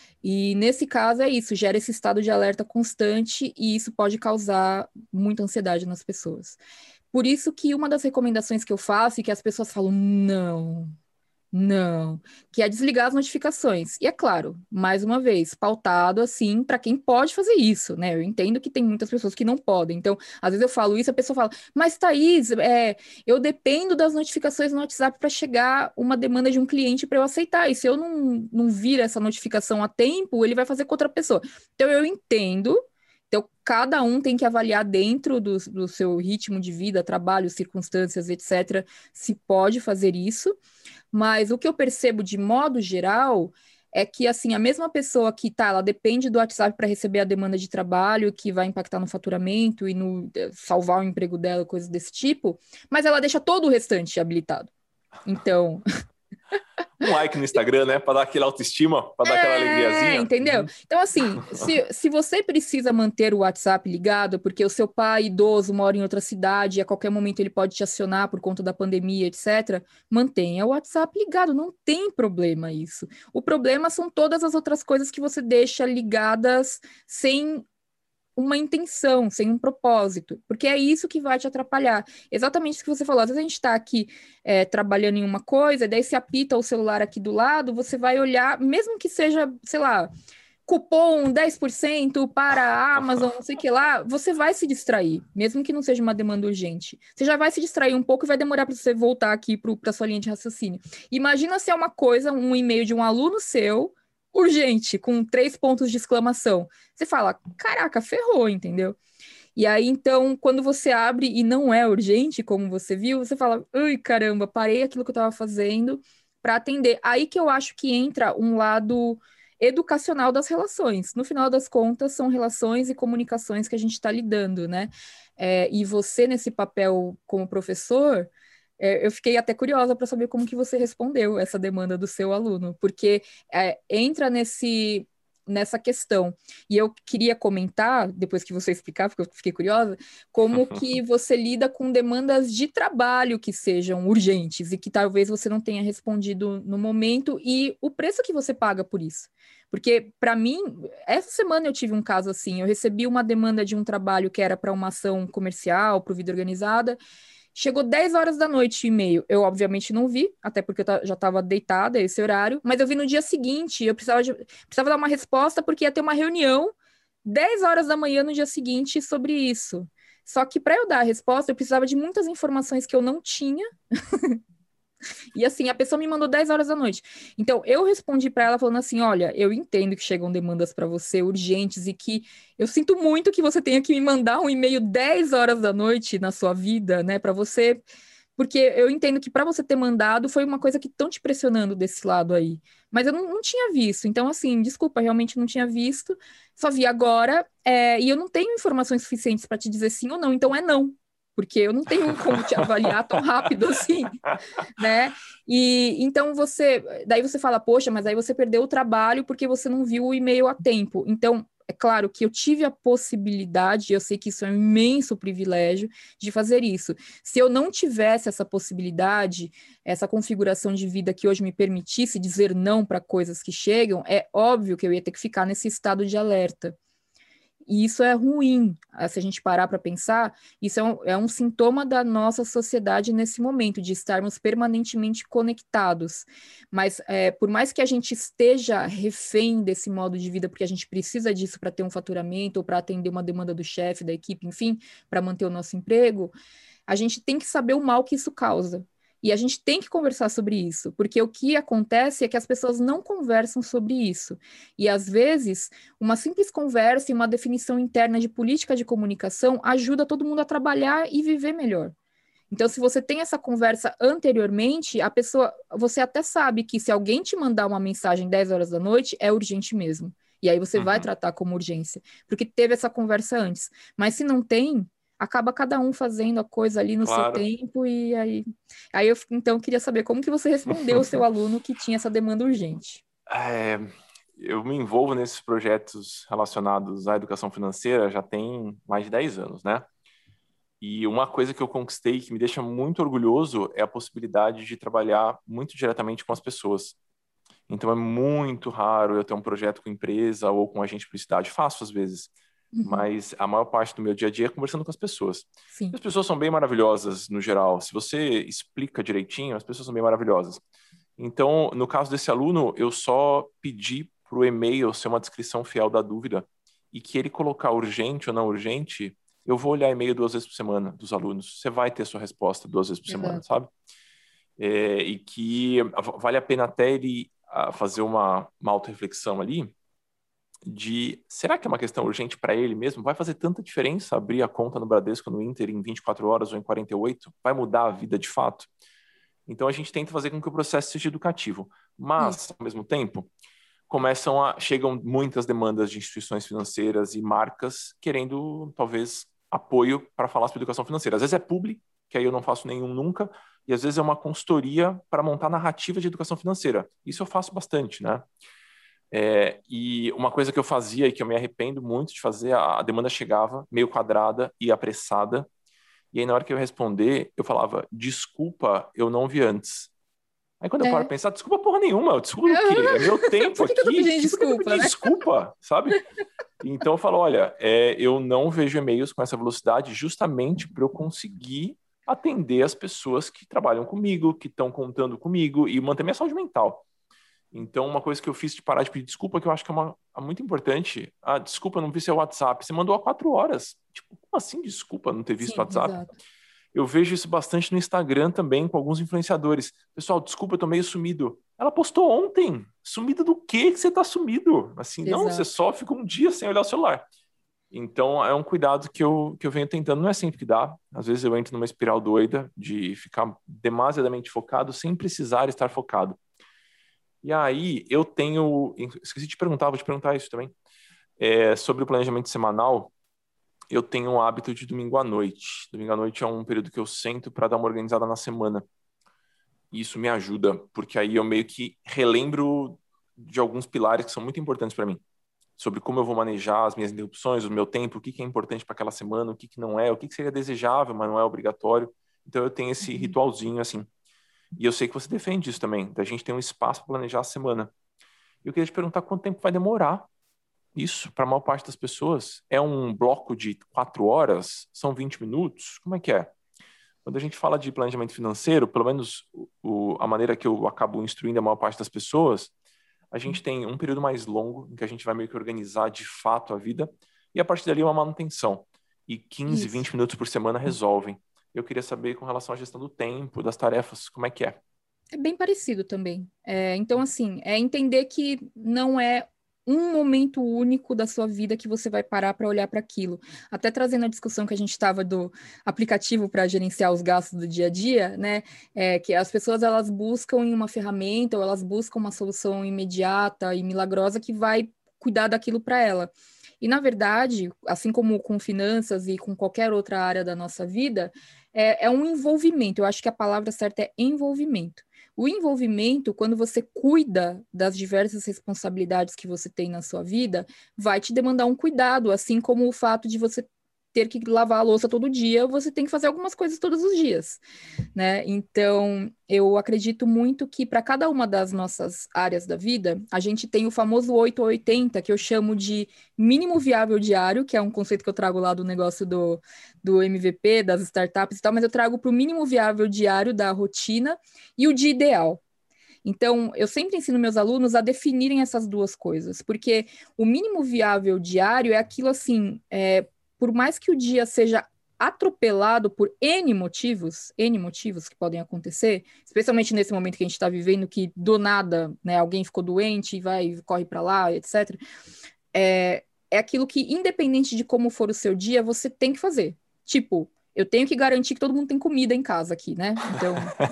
E nesse caso é isso, gera esse estado de alerta constante, e isso pode causar muita ansiedade nas pessoas. Por isso que uma das recomendações que eu faço e que as pessoas falam, não, não, que é desligar as notificações. E é claro, mais uma vez, pautado assim para quem pode fazer isso, né? Eu entendo que tem muitas pessoas que não podem. Então, às vezes eu falo isso, a pessoa fala, mas Thaís, é, eu dependo das notificações no WhatsApp para chegar uma demanda de um cliente para eu aceitar. E se eu não, não vir essa notificação a tempo, ele vai fazer com outra pessoa. Então, eu entendo. Então, cada um tem que avaliar dentro do, do seu ritmo de vida, trabalho, circunstâncias, etcétera, se pode fazer isso. Mas o que eu percebo de modo geral é que, assim, a mesma pessoa que tá, ela depende do WhatsApp para receber a demanda de trabalho, que vai impactar no faturamento e no salvar o emprego dela, coisas desse tipo, mas ela deixa todo o restante habilitado. Então... Um like no Instagram, né? Para dar aquela autoestima, para dar aquela é, alegriazinha. Entendeu? Uhum. Então, assim, se, se você precisa manter o WhatsApp ligado, porque o seu pai idoso mora em outra cidade e a qualquer momento ele pode te acionar por conta da pandemia, etcétera, mantenha o WhatsApp ligado, não tem problema isso. O problema são todas as outras coisas que você deixa ligadas sem uma intenção, sem um propósito, porque é isso que vai te atrapalhar. Exatamente isso que você falou, às vezes a gente está aqui é, trabalhando em uma coisa, daí se apita o celular aqui do lado, você vai olhar, mesmo que seja, sei lá, cupom dez por cento para a Amazon, não sei o que lá, você vai se distrair, mesmo que não seja uma demanda urgente. Você já vai se distrair um pouco e vai demorar para você voltar aqui para a sua linha de raciocínio. Imagina se é uma coisa, um e-mail de um aluno seu, urgente, com três pontos de exclamação. Você fala, caraca, ferrou, entendeu? E aí, então, quando você abre e não é urgente, como você viu, você fala, ai, caramba, parei aquilo que eu estava fazendo para atender. Aí que eu acho que entra um lado educacional das relações. No final das contas, são relações e comunicações que a gente está lidando, né? É, e você, nesse papel como professor... É, eu fiquei até curiosa para saber como que você respondeu essa demanda do seu aluno, porque é, entra nesse, nessa questão. E eu queria comentar, depois que você explicar, porque eu fiquei curiosa, como que você lida com demandas de trabalho que sejam urgentes e que talvez você não tenha respondido no momento e o preço que você paga por isso. Porque, para mim, essa semana eu tive um caso assim, eu recebi uma demanda de um trabalho que era para uma ação comercial, para Vida Organizada. Chegou dez horas da noite o e-mail. Eu, obviamente, não vi, até porque eu já estava deitada esse horário, mas eu vi no dia seguinte. Eu precisava, de, precisava dar uma resposta porque ia ter uma reunião dez horas da manhã no dia seguinte sobre isso. Só que para eu dar a resposta, eu precisava de muitas informações que eu não tinha. E assim, a pessoa me mandou dez horas da noite. Então, eu respondi para ela falando assim, olha, eu entendo que chegam demandas para você urgentes e que eu sinto muito que você tenha que me mandar um e-mail dez horas da noite na sua vida, né, para você... Porque eu entendo que para você ter mandado foi uma coisa que estão te pressionando desse lado aí. Mas eu não, não tinha visto. Então, assim, desculpa, realmente não tinha visto. Só vi agora. É, e eu não tenho informações suficientes para te dizer sim ou não. Então, é não. Porque eu não tenho como te avaliar tão rápido assim, né? E então você... Daí você fala, poxa, mas aí você perdeu o trabalho porque você não viu o e-mail a tempo. Então, é claro que eu tive a possibilidade, eu sei que isso é um imenso privilégio, de fazer isso. Se eu não tivesse essa possibilidade, essa configuração de vida que hoje me permitisse dizer não para coisas que chegam, é óbvio que eu ia ter que ficar nesse estado de alerta. E isso é ruim, se a gente parar para pensar, isso é um, é um sintoma da nossa sociedade nesse momento, de estarmos permanentemente conectados. Mas é, por mais que a gente esteja refém desse modo de vida, porque a gente precisa disso para ter um faturamento, ou para atender uma demanda do chefe, da equipe, enfim, para manter o nosso emprego, a gente tem que saber o mal que isso causa. E a gente tem que conversar sobre isso, porque o que acontece é que as pessoas não conversam sobre isso. E, às vezes, uma simples conversa e uma definição interna de política de comunicação ajuda todo mundo a trabalhar e viver melhor. Então, se você tem essa conversa anteriormente, a pessoa, você até sabe que se alguém te mandar uma mensagem dez horas da noite, é urgente mesmo. E aí você uhum. vai tratar como urgência, porque teve essa conversa antes. Mas se não tem, acaba cada um fazendo a coisa ali no claro. seu tempo, e aí... Aí eu, então, queria saber como que você respondeu o seu aluno que tinha essa demanda urgente. É, eu me envolvo nesses projetos relacionados à educação financeira já tem mais de dez anos, né? E uma coisa que eu conquistei que me deixa muito orgulhoso é a possibilidade de trabalhar muito diretamente com as pessoas. Então, é muito raro eu ter um projeto com empresa ou com agente de publicidade. Faço às vezes. Uhum. Mas a maior parte do meu dia a dia é conversando com as pessoas. Sim. As pessoas são bem maravilhosas, no geral. Se você explica direitinho, as pessoas são bem maravilhosas. Então, no caso desse aluno, eu só pedi para o e-mail ser uma descrição fiel da dúvida e que ele colocar urgente ou não urgente, eu vou olhar e-mail duas vezes por semana dos alunos. Você vai ter sua resposta duas vezes por Exato. semana, sabe? É, e que vale a pena até ele a, fazer uma, uma auto-reflexão ali de, será que é uma questão urgente para ele mesmo? Vai fazer tanta diferença abrir a conta no Bradesco, no Inter, em vinte e quatro horas ou em quarenta e oito? Vai mudar a vida de fato? Então, a gente tenta fazer com que o processo seja educativo. Mas, Isso. ao mesmo tempo, começam a, chegam muitas demandas de instituições financeiras e marcas querendo, talvez, apoio para falar sobre educação financeira. Às vezes é publi, que aí eu não faço nenhum nunca, e às vezes é uma consultoria para montar narrativa de educação financeira. Isso eu faço bastante, né? É, e uma coisa que eu fazia e que eu me arrependo muito de fazer, a, a demanda chegava meio quadrada e apressada, e aí na hora que eu responder, eu falava, desculpa, eu não vi antes. Aí quando eu é. paro pra pensar, desculpa porra nenhuma, desculpa do quê? É meu tempo Por que aqui. Que eu tô pedindo desculpa, Por que eu tô pedindo né? desculpa, sabe? Então eu falo, olha, é, eu não vejo e-mails com essa velocidade justamente para eu conseguir atender as pessoas que trabalham comigo, que estão contando comigo e manter minha saúde mental. Então, uma coisa que eu fiz de parar de pedir desculpa, que eu acho que é, uma, é muito importante. Ah, desculpa, não vi seu WhatsApp. Você mandou há quatro horas. Tipo, como assim desculpa não ter visto o WhatsApp? Exato. Eu vejo isso bastante no Instagram também, com alguns influenciadores. Pessoal, desculpa, eu tô meio sumido. Ela postou ontem. Sumido do quê que você tá sumido? Assim, Exato. Não, você só fica um dia sem olhar o celular. Então, é um cuidado que eu, que eu venho tentando. Não é sempre que dá. Às vezes eu entro numa espiral doida de ficar demasiadamente focado sem precisar estar focado. E aí, eu tenho... Esqueci de te perguntar, vou te perguntar isso também. É, sobre o planejamento semanal, eu tenho o hábito de domingo à noite. Domingo à noite é um período que eu sento para dar uma organizada na semana. E isso me ajuda, porque aí eu meio que relembro de alguns pilares que são muito importantes para mim. Sobre como eu vou manejar as minhas interrupções, o meu tempo, o que, que é importante para aquela semana, o que, que não é, o que, que seria desejável, mas não é obrigatório. Então eu tenho esse ritualzinho assim. E eu sei que você defende isso também, da gente ter um espaço para planejar a semana. Eu queria te perguntar quanto tempo vai demorar isso para a maior parte das pessoas. É um bloco de quatro horas? São vinte minutos? Como é que é? Quando a gente fala de planejamento financeiro, pelo menos o, a maneira que eu acabo instruindo a maior parte das pessoas, a gente tem um período mais longo em que a gente vai meio que organizar de fato a vida e a partir dali uma manutenção. E quinze, isso. vinte minutos por semana resolvem. Eu queria saber com relação à gestão do tempo, das tarefas, como é que é? É bem parecido também. É, então, assim, é entender que não é um momento único da sua vida que você vai parar para olhar para aquilo. Até trazendo a discussão que a gente estava do aplicativo para gerenciar os gastos do dia a dia, né? É, que as pessoas elas buscam em uma ferramenta ou elas buscam uma solução imediata e milagrosa que vai cuidar daquilo para ela. E, na verdade, assim como com finanças e com qualquer outra área da nossa vida, é, é um envolvimento. Eu acho que a palavra certa é envolvimento. O envolvimento, quando você cuida das diversas responsabilidades que você tem na sua vida, vai te demandar um cuidado, assim como o fato de você ter que lavar a louça todo dia, você tem que fazer algumas coisas todos os dias, né? Então, eu acredito muito que para cada uma das nossas áreas da vida, a gente tem o famoso oito ou oitenta, que eu chamo de mínimo viável diário, que é um conceito que eu trago lá do negócio do, do M V P, das startups e tal, mas eu trago para o mínimo viável diário da rotina e o de ideal. Então, eu sempre ensino meus alunos a definirem essas duas coisas, porque o mínimo viável diário é aquilo assim, é, por mais que o dia seja atropelado por N motivos, N motivos que podem acontecer, especialmente nesse momento que a gente está vivendo, que do nada, né, alguém ficou doente e vai, corre para lá, etcétera. É, é aquilo que, independente de como for o seu dia, você tem que fazer. Tipo, eu tenho que garantir que todo mundo tem comida em casa aqui, né? Então,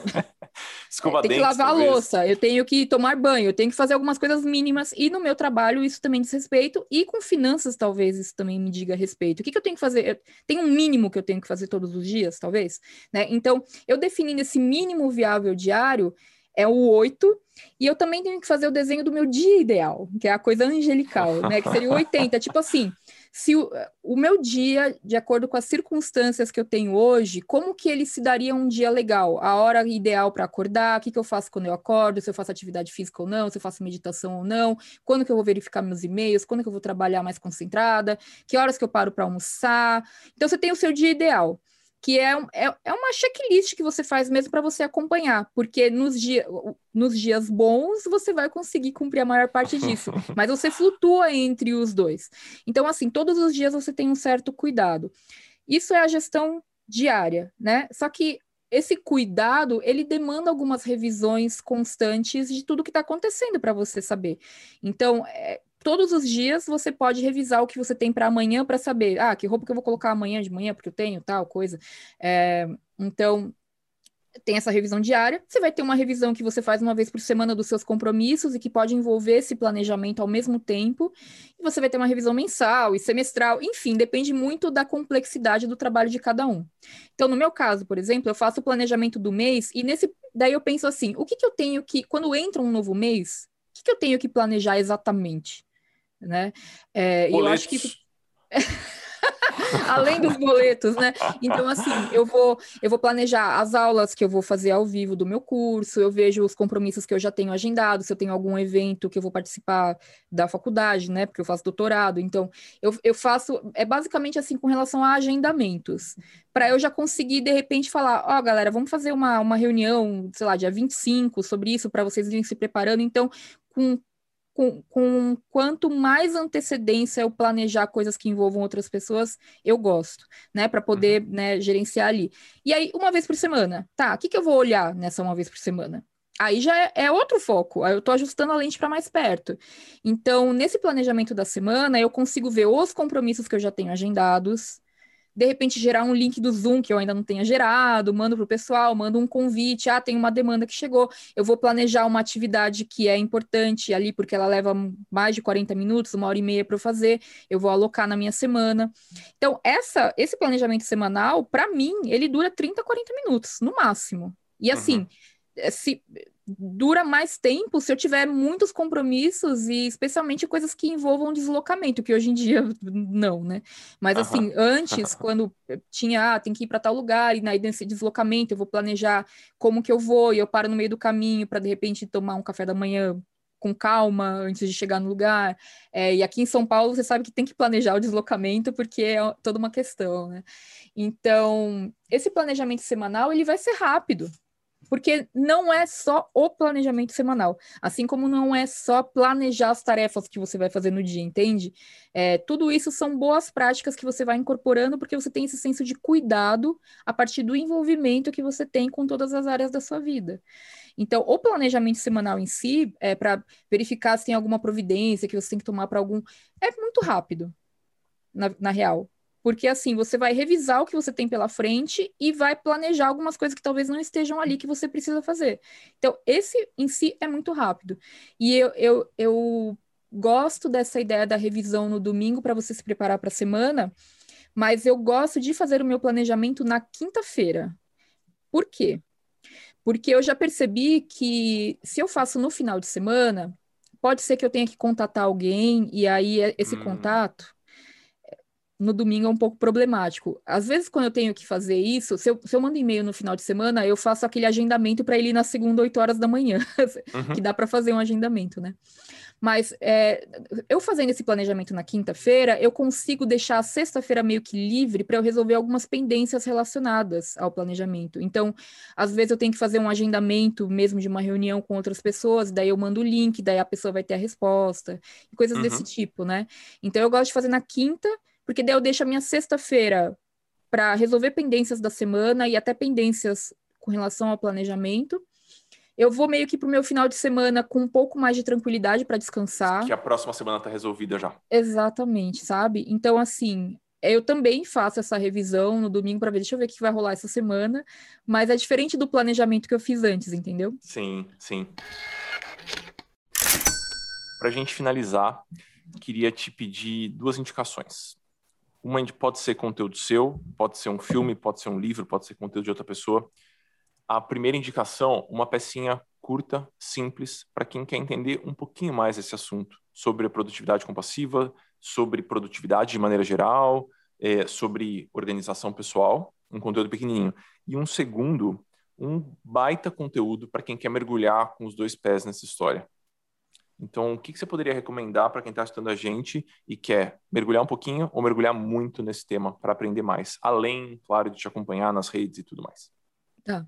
Escova tem que dentes, lavar a talvez. louça, eu tenho que tomar banho, eu tenho que fazer algumas coisas mínimas, e no meu trabalho isso também diz respeito, e com finanças talvez isso também me diga respeito. O que, que eu tenho que fazer? Eu, tem um mínimo que eu tenho que fazer todos os dias, talvez, né? Então, eu definindo esse mínimo viável diário, é o oito, e eu também tenho que fazer o desenho do meu dia ideal, que é a coisa angelical, né? Que seria o oitenta. Tipo assim, se o, o meu dia, de acordo com as circunstâncias que eu tenho hoje, como que ele se daria um dia legal? A hora ideal para acordar, o que, que eu faço quando eu acordo, se eu faço atividade física ou não, se eu faço meditação ou não, quando que eu vou verificar meus e-mails, quando que eu vou trabalhar mais concentrada, que horas que eu paro para almoçar. Então, você tem o seu dia ideal, que é, é, é uma checklist que você faz mesmo para você acompanhar, porque nos, dia, nos dias bons você vai conseguir cumprir a maior parte disso, mas você flutua entre os dois. Então, assim, todos os dias você tem um certo cuidado. Isso é a gestão diária, né? Só que esse cuidado, ele demanda algumas revisões constantes de tudo que está acontecendo para você saber. Então, é, todos os dias você pode revisar o que você tem para amanhã para saber, ah, que roupa que eu vou colocar amanhã de manhã, porque eu tenho tal coisa. É, então, tem essa revisão diária, você vai ter uma revisão que você faz uma vez por semana dos seus compromissos e que pode envolver esse planejamento ao mesmo tempo, e você vai ter uma revisão mensal e semestral, enfim, depende muito da complexidade do trabalho de cada um. Então, no meu caso, por exemplo, eu faço o planejamento do mês e nesse daí eu penso assim, o que que eu tenho que, quando entra um novo mês, o que que eu tenho que planejar exatamente, né? É, e eu acho que isso Boletos. além dos boletos, né? Então, assim, eu vou, eu vou planejar as aulas que eu vou fazer ao vivo do meu curso, eu vejo os compromissos que eu já tenho agendado, se eu tenho algum evento que eu vou participar da faculdade, né? Porque eu faço doutorado. Então, eu, eu faço, é basicamente assim com relação a agendamentos, para eu já conseguir, de repente, falar, ó, oh, galera, vamos fazer uma, uma reunião, sei lá, dia vinte e cinco sobre isso, para vocês irem se preparando. Então, com Com, com quanto mais antecedência eu planejar coisas que envolvam outras pessoas, eu gosto, né? Para Uhum. poder, né, gerenciar ali. E aí, uma vez por semana, tá? O que que eu vou olhar nessa uma vez por semana? Aí já é, é outro foco, aí eu tô ajustando a lente para mais perto. Então, nesse planejamento da semana, eu consigo ver os compromissos que eu já tenho agendados, de repente gerar um link do Zoom que eu ainda não tenha gerado, mando para o pessoal, mando um convite, ah, tem uma demanda que chegou, eu vou planejar uma atividade que é importante ali, porque ela leva mais de quarenta minutos, uma hora e meia para eu fazer, eu vou alocar na minha semana. Então, essa, esse planejamento semanal, para mim, ele dura trinta, quarenta minutos, no máximo. E assim, Uhum. se dura mais tempo se eu tiver muitos compromissos e especialmente coisas que envolvam deslocamento, que hoje em dia não, né? Mas Aham. assim, antes, quando tinha, ah, tem que ir para tal lugar, e aí nesse deslocamento eu vou planejar como que eu vou, e eu paro no meio do caminho para de repente tomar um café da manhã com calma antes de chegar no lugar. É, e aqui em São Paulo você sabe que tem que planejar o deslocamento porque é toda uma questão, né? Então, esse planejamento semanal ele vai ser rápido. Porque não é só o planejamento semanal, assim como não é só planejar as tarefas que você vai fazer no dia, entende? É, tudo isso são boas práticas que você vai incorporando porque você tem esse senso de cuidado a partir do envolvimento que você tem com todas as áreas da sua vida. Então, o planejamento semanal em si, é para verificar se tem alguma providência que você tem que tomar para algum. É muito rápido na, na real. Porque assim, você vai revisar o que você tem pela frente e vai planejar algumas coisas que talvez não estejam ali que você precisa fazer. Então, esse em si é muito rápido. E eu, eu, eu gosto dessa ideia da revisão no domingo para você se preparar para a semana, mas eu gosto de fazer o meu planejamento na quinta-feira. Por quê? Porque eu já percebi que se eu faço no final de semana, pode ser que eu tenha que contatar alguém, e aí esse Hum, contato no domingo é um pouco problemático. Às vezes, quando eu tenho que fazer isso, se eu, se eu mando e-mail no final de semana, eu faço aquele agendamento para ele ir na segunda, oito horas da manhã, que uhum. dá para fazer um agendamento, né? Mas é, eu fazendo esse planejamento na quinta-feira, eu consigo deixar a sexta-feira meio que livre para eu resolver algumas pendências relacionadas ao planejamento. Então, às vezes eu tenho que fazer um agendamento mesmo de uma reunião com outras pessoas, daí eu mando o link, daí a pessoa vai ter a resposta, e coisas desse Uhum. tipo, né? Então, eu gosto de fazer na quinta, porque daí eu deixo a minha sexta-feira para resolver pendências da semana e até pendências com relação ao planejamento. Eu vou meio que pro meu final de semana com um pouco mais de tranquilidade para descansar. Que a próxima semana tá resolvida já. Exatamente, sabe? Então, assim, eu também faço essa revisão no domingo para ver, deixa eu ver o que vai rolar essa semana, mas é diferente do planejamento que eu fiz antes, entendeu? Sim, sim. Pra gente finalizar, queria te pedir duas indicações. Uma pode ser conteúdo seu, pode ser um filme, pode ser um livro, pode ser conteúdo de outra pessoa. A primeira indicação, uma pecinha curta, simples, para quem quer entender um pouquinho mais esse assunto, sobre a produtividade compassiva, sobre produtividade de maneira geral, é, sobre organização pessoal, um conteúdo pequenininho. E um segundo, um baita conteúdo para quem quer mergulhar com os dois pés nessa história. Então, o que que você poderia recomendar para quem está estudando a gente e quer mergulhar um pouquinho ou mergulhar muito nesse tema para aprender mais? Além, claro, de te acompanhar nas redes e tudo mais. Tá.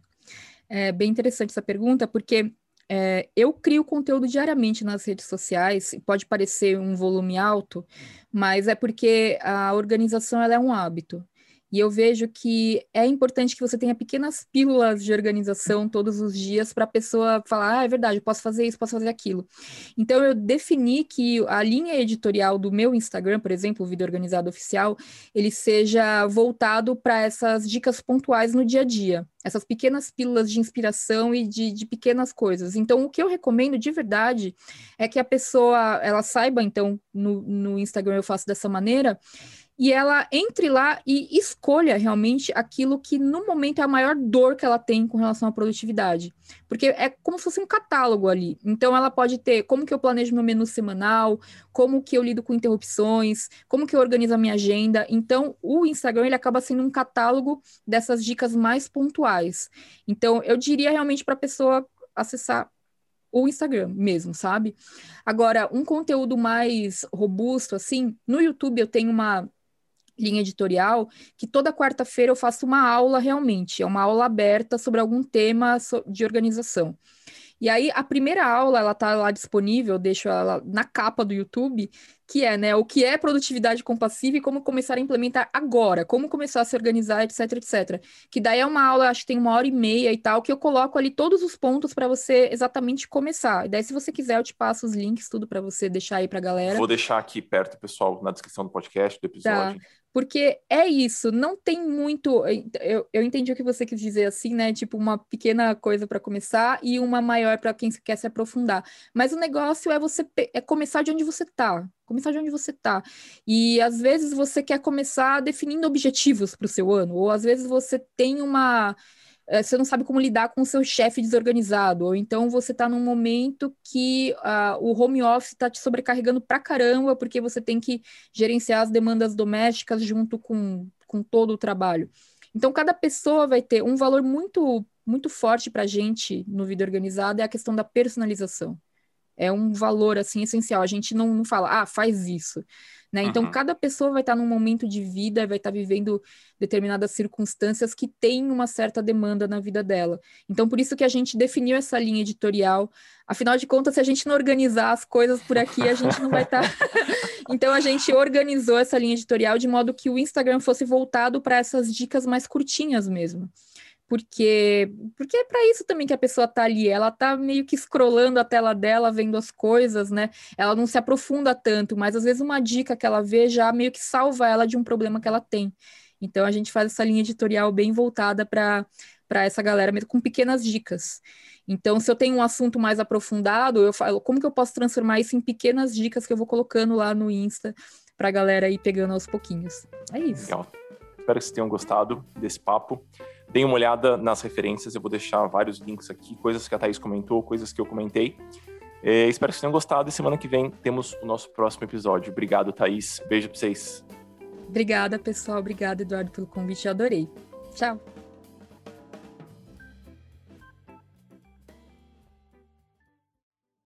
É bem interessante essa pergunta, porque é, eu crio conteúdo diariamente nas redes sociais, e pode parecer um volume alto, mas é porque a organização ela é um hábito. E eu vejo que é importante que você tenha pequenas pílulas de organização todos os dias para a pessoa falar, ah, é verdade, eu posso fazer isso, posso fazer aquilo. Então eu defini que a linha editorial do meu Instagram, por exemplo, o Vida Organizada Oficial, ele seja voltado para essas dicas pontuais no dia a dia, essas pequenas pílulas de inspiração e de, de pequenas coisas. Então, o que eu recomendo de verdade é que a pessoa, ela saiba, então, no, no Instagram eu faço dessa maneira, e ela entre lá e escolha realmente aquilo que no momento é a maior dor que ela tem com relação à produtividade. Porque é como se fosse um catálogo ali. Então ela pode ter como que eu planejo meu menu semanal, como que eu lido com interrupções, como que eu organizo a minha agenda. Então o Instagram ele acaba sendo um catálogo dessas dicas mais pontuais. Então eu diria realmente para a pessoa acessar o Instagram mesmo, sabe? Agora, um conteúdo mais robusto, assim, no YouTube eu tenho uma linha editorial, que toda quarta-feira eu faço uma aula realmente, é uma aula aberta sobre algum tema de organização. E aí, a primeira aula, ela tá lá disponível, eu deixo ela na capa do YouTube, que é, né, o que é produtividade compassiva e como começar a implementar agora, como começar a se organizar, etc, etc. Que daí é uma aula, acho que tem uma hora e meia e tal, que eu coloco ali todos os pontos para você exatamente começar. E daí, se você quiser, eu te passo os links, tudo para você deixar aí pra galera. Vou deixar aqui perto, pessoal, na descrição do podcast, do Tá, episódio. porque é isso, não tem muito. Eu, eu entendi o que você quis dizer assim, né? Tipo, uma pequena coisa para começar e uma maior para quem quer se aprofundar. Mas o negócio é você é começar de onde você tá. Começar de onde você tá. E às vezes você quer começar definindo objetivos para o seu ano, ou às vezes você tem uma. Você não sabe como lidar com o seu chefe desorganizado, ou então você está num momento que uh, o home office está te sobrecarregando pra caramba, porque você tem que gerenciar as demandas domésticas junto com, com todo o trabalho. Então, cada pessoa vai ter um valor muito, muito forte para a gente no Vida Organizada, é a questão da personalização. É um valor, assim, essencial. A gente não, não fala, ah, faz isso. Né? Então, Uhum. cada pessoa vai estar num momento de vida, vai estar vivendo determinadas circunstâncias que têm uma certa demanda na vida dela. Então, por isso que a gente definiu essa linha editorial. Afinal de contas, se a gente não organizar as coisas por aqui, a gente não vai estar... Então, a gente organizou essa linha editorial de modo que o Instagram fosse voltado para essas dicas mais curtinhas mesmo. Porque, porque é para isso também que a pessoa tá ali, ela tá meio que scrollando a tela dela, vendo as coisas, né? Ela não se aprofunda tanto, mas às vezes uma dica que ela vê já meio que salva ela de um problema que ela tem. Então a gente faz essa linha editorial bem voltada para para essa galera, mesmo com pequenas dicas. Então, se eu tenho um assunto mais aprofundado, eu falo, como que eu posso transformar isso em pequenas dicas que eu vou colocando lá no Insta para a galera ir pegando aos pouquinhos. É isso. Legal. Espero que vocês tenham gostado desse papo. deem uma olhada nas referências, eu vou deixar vários links aqui, coisas que a Thaís comentou, coisas que eu comentei. É, espero que vocês tenham gostado e semana que vem temos o nosso próximo episódio. Obrigado, Thaís. Beijo pra vocês. Obrigada, pessoal. Obrigada, Eduardo, pelo convite. Eu adorei. Tchau.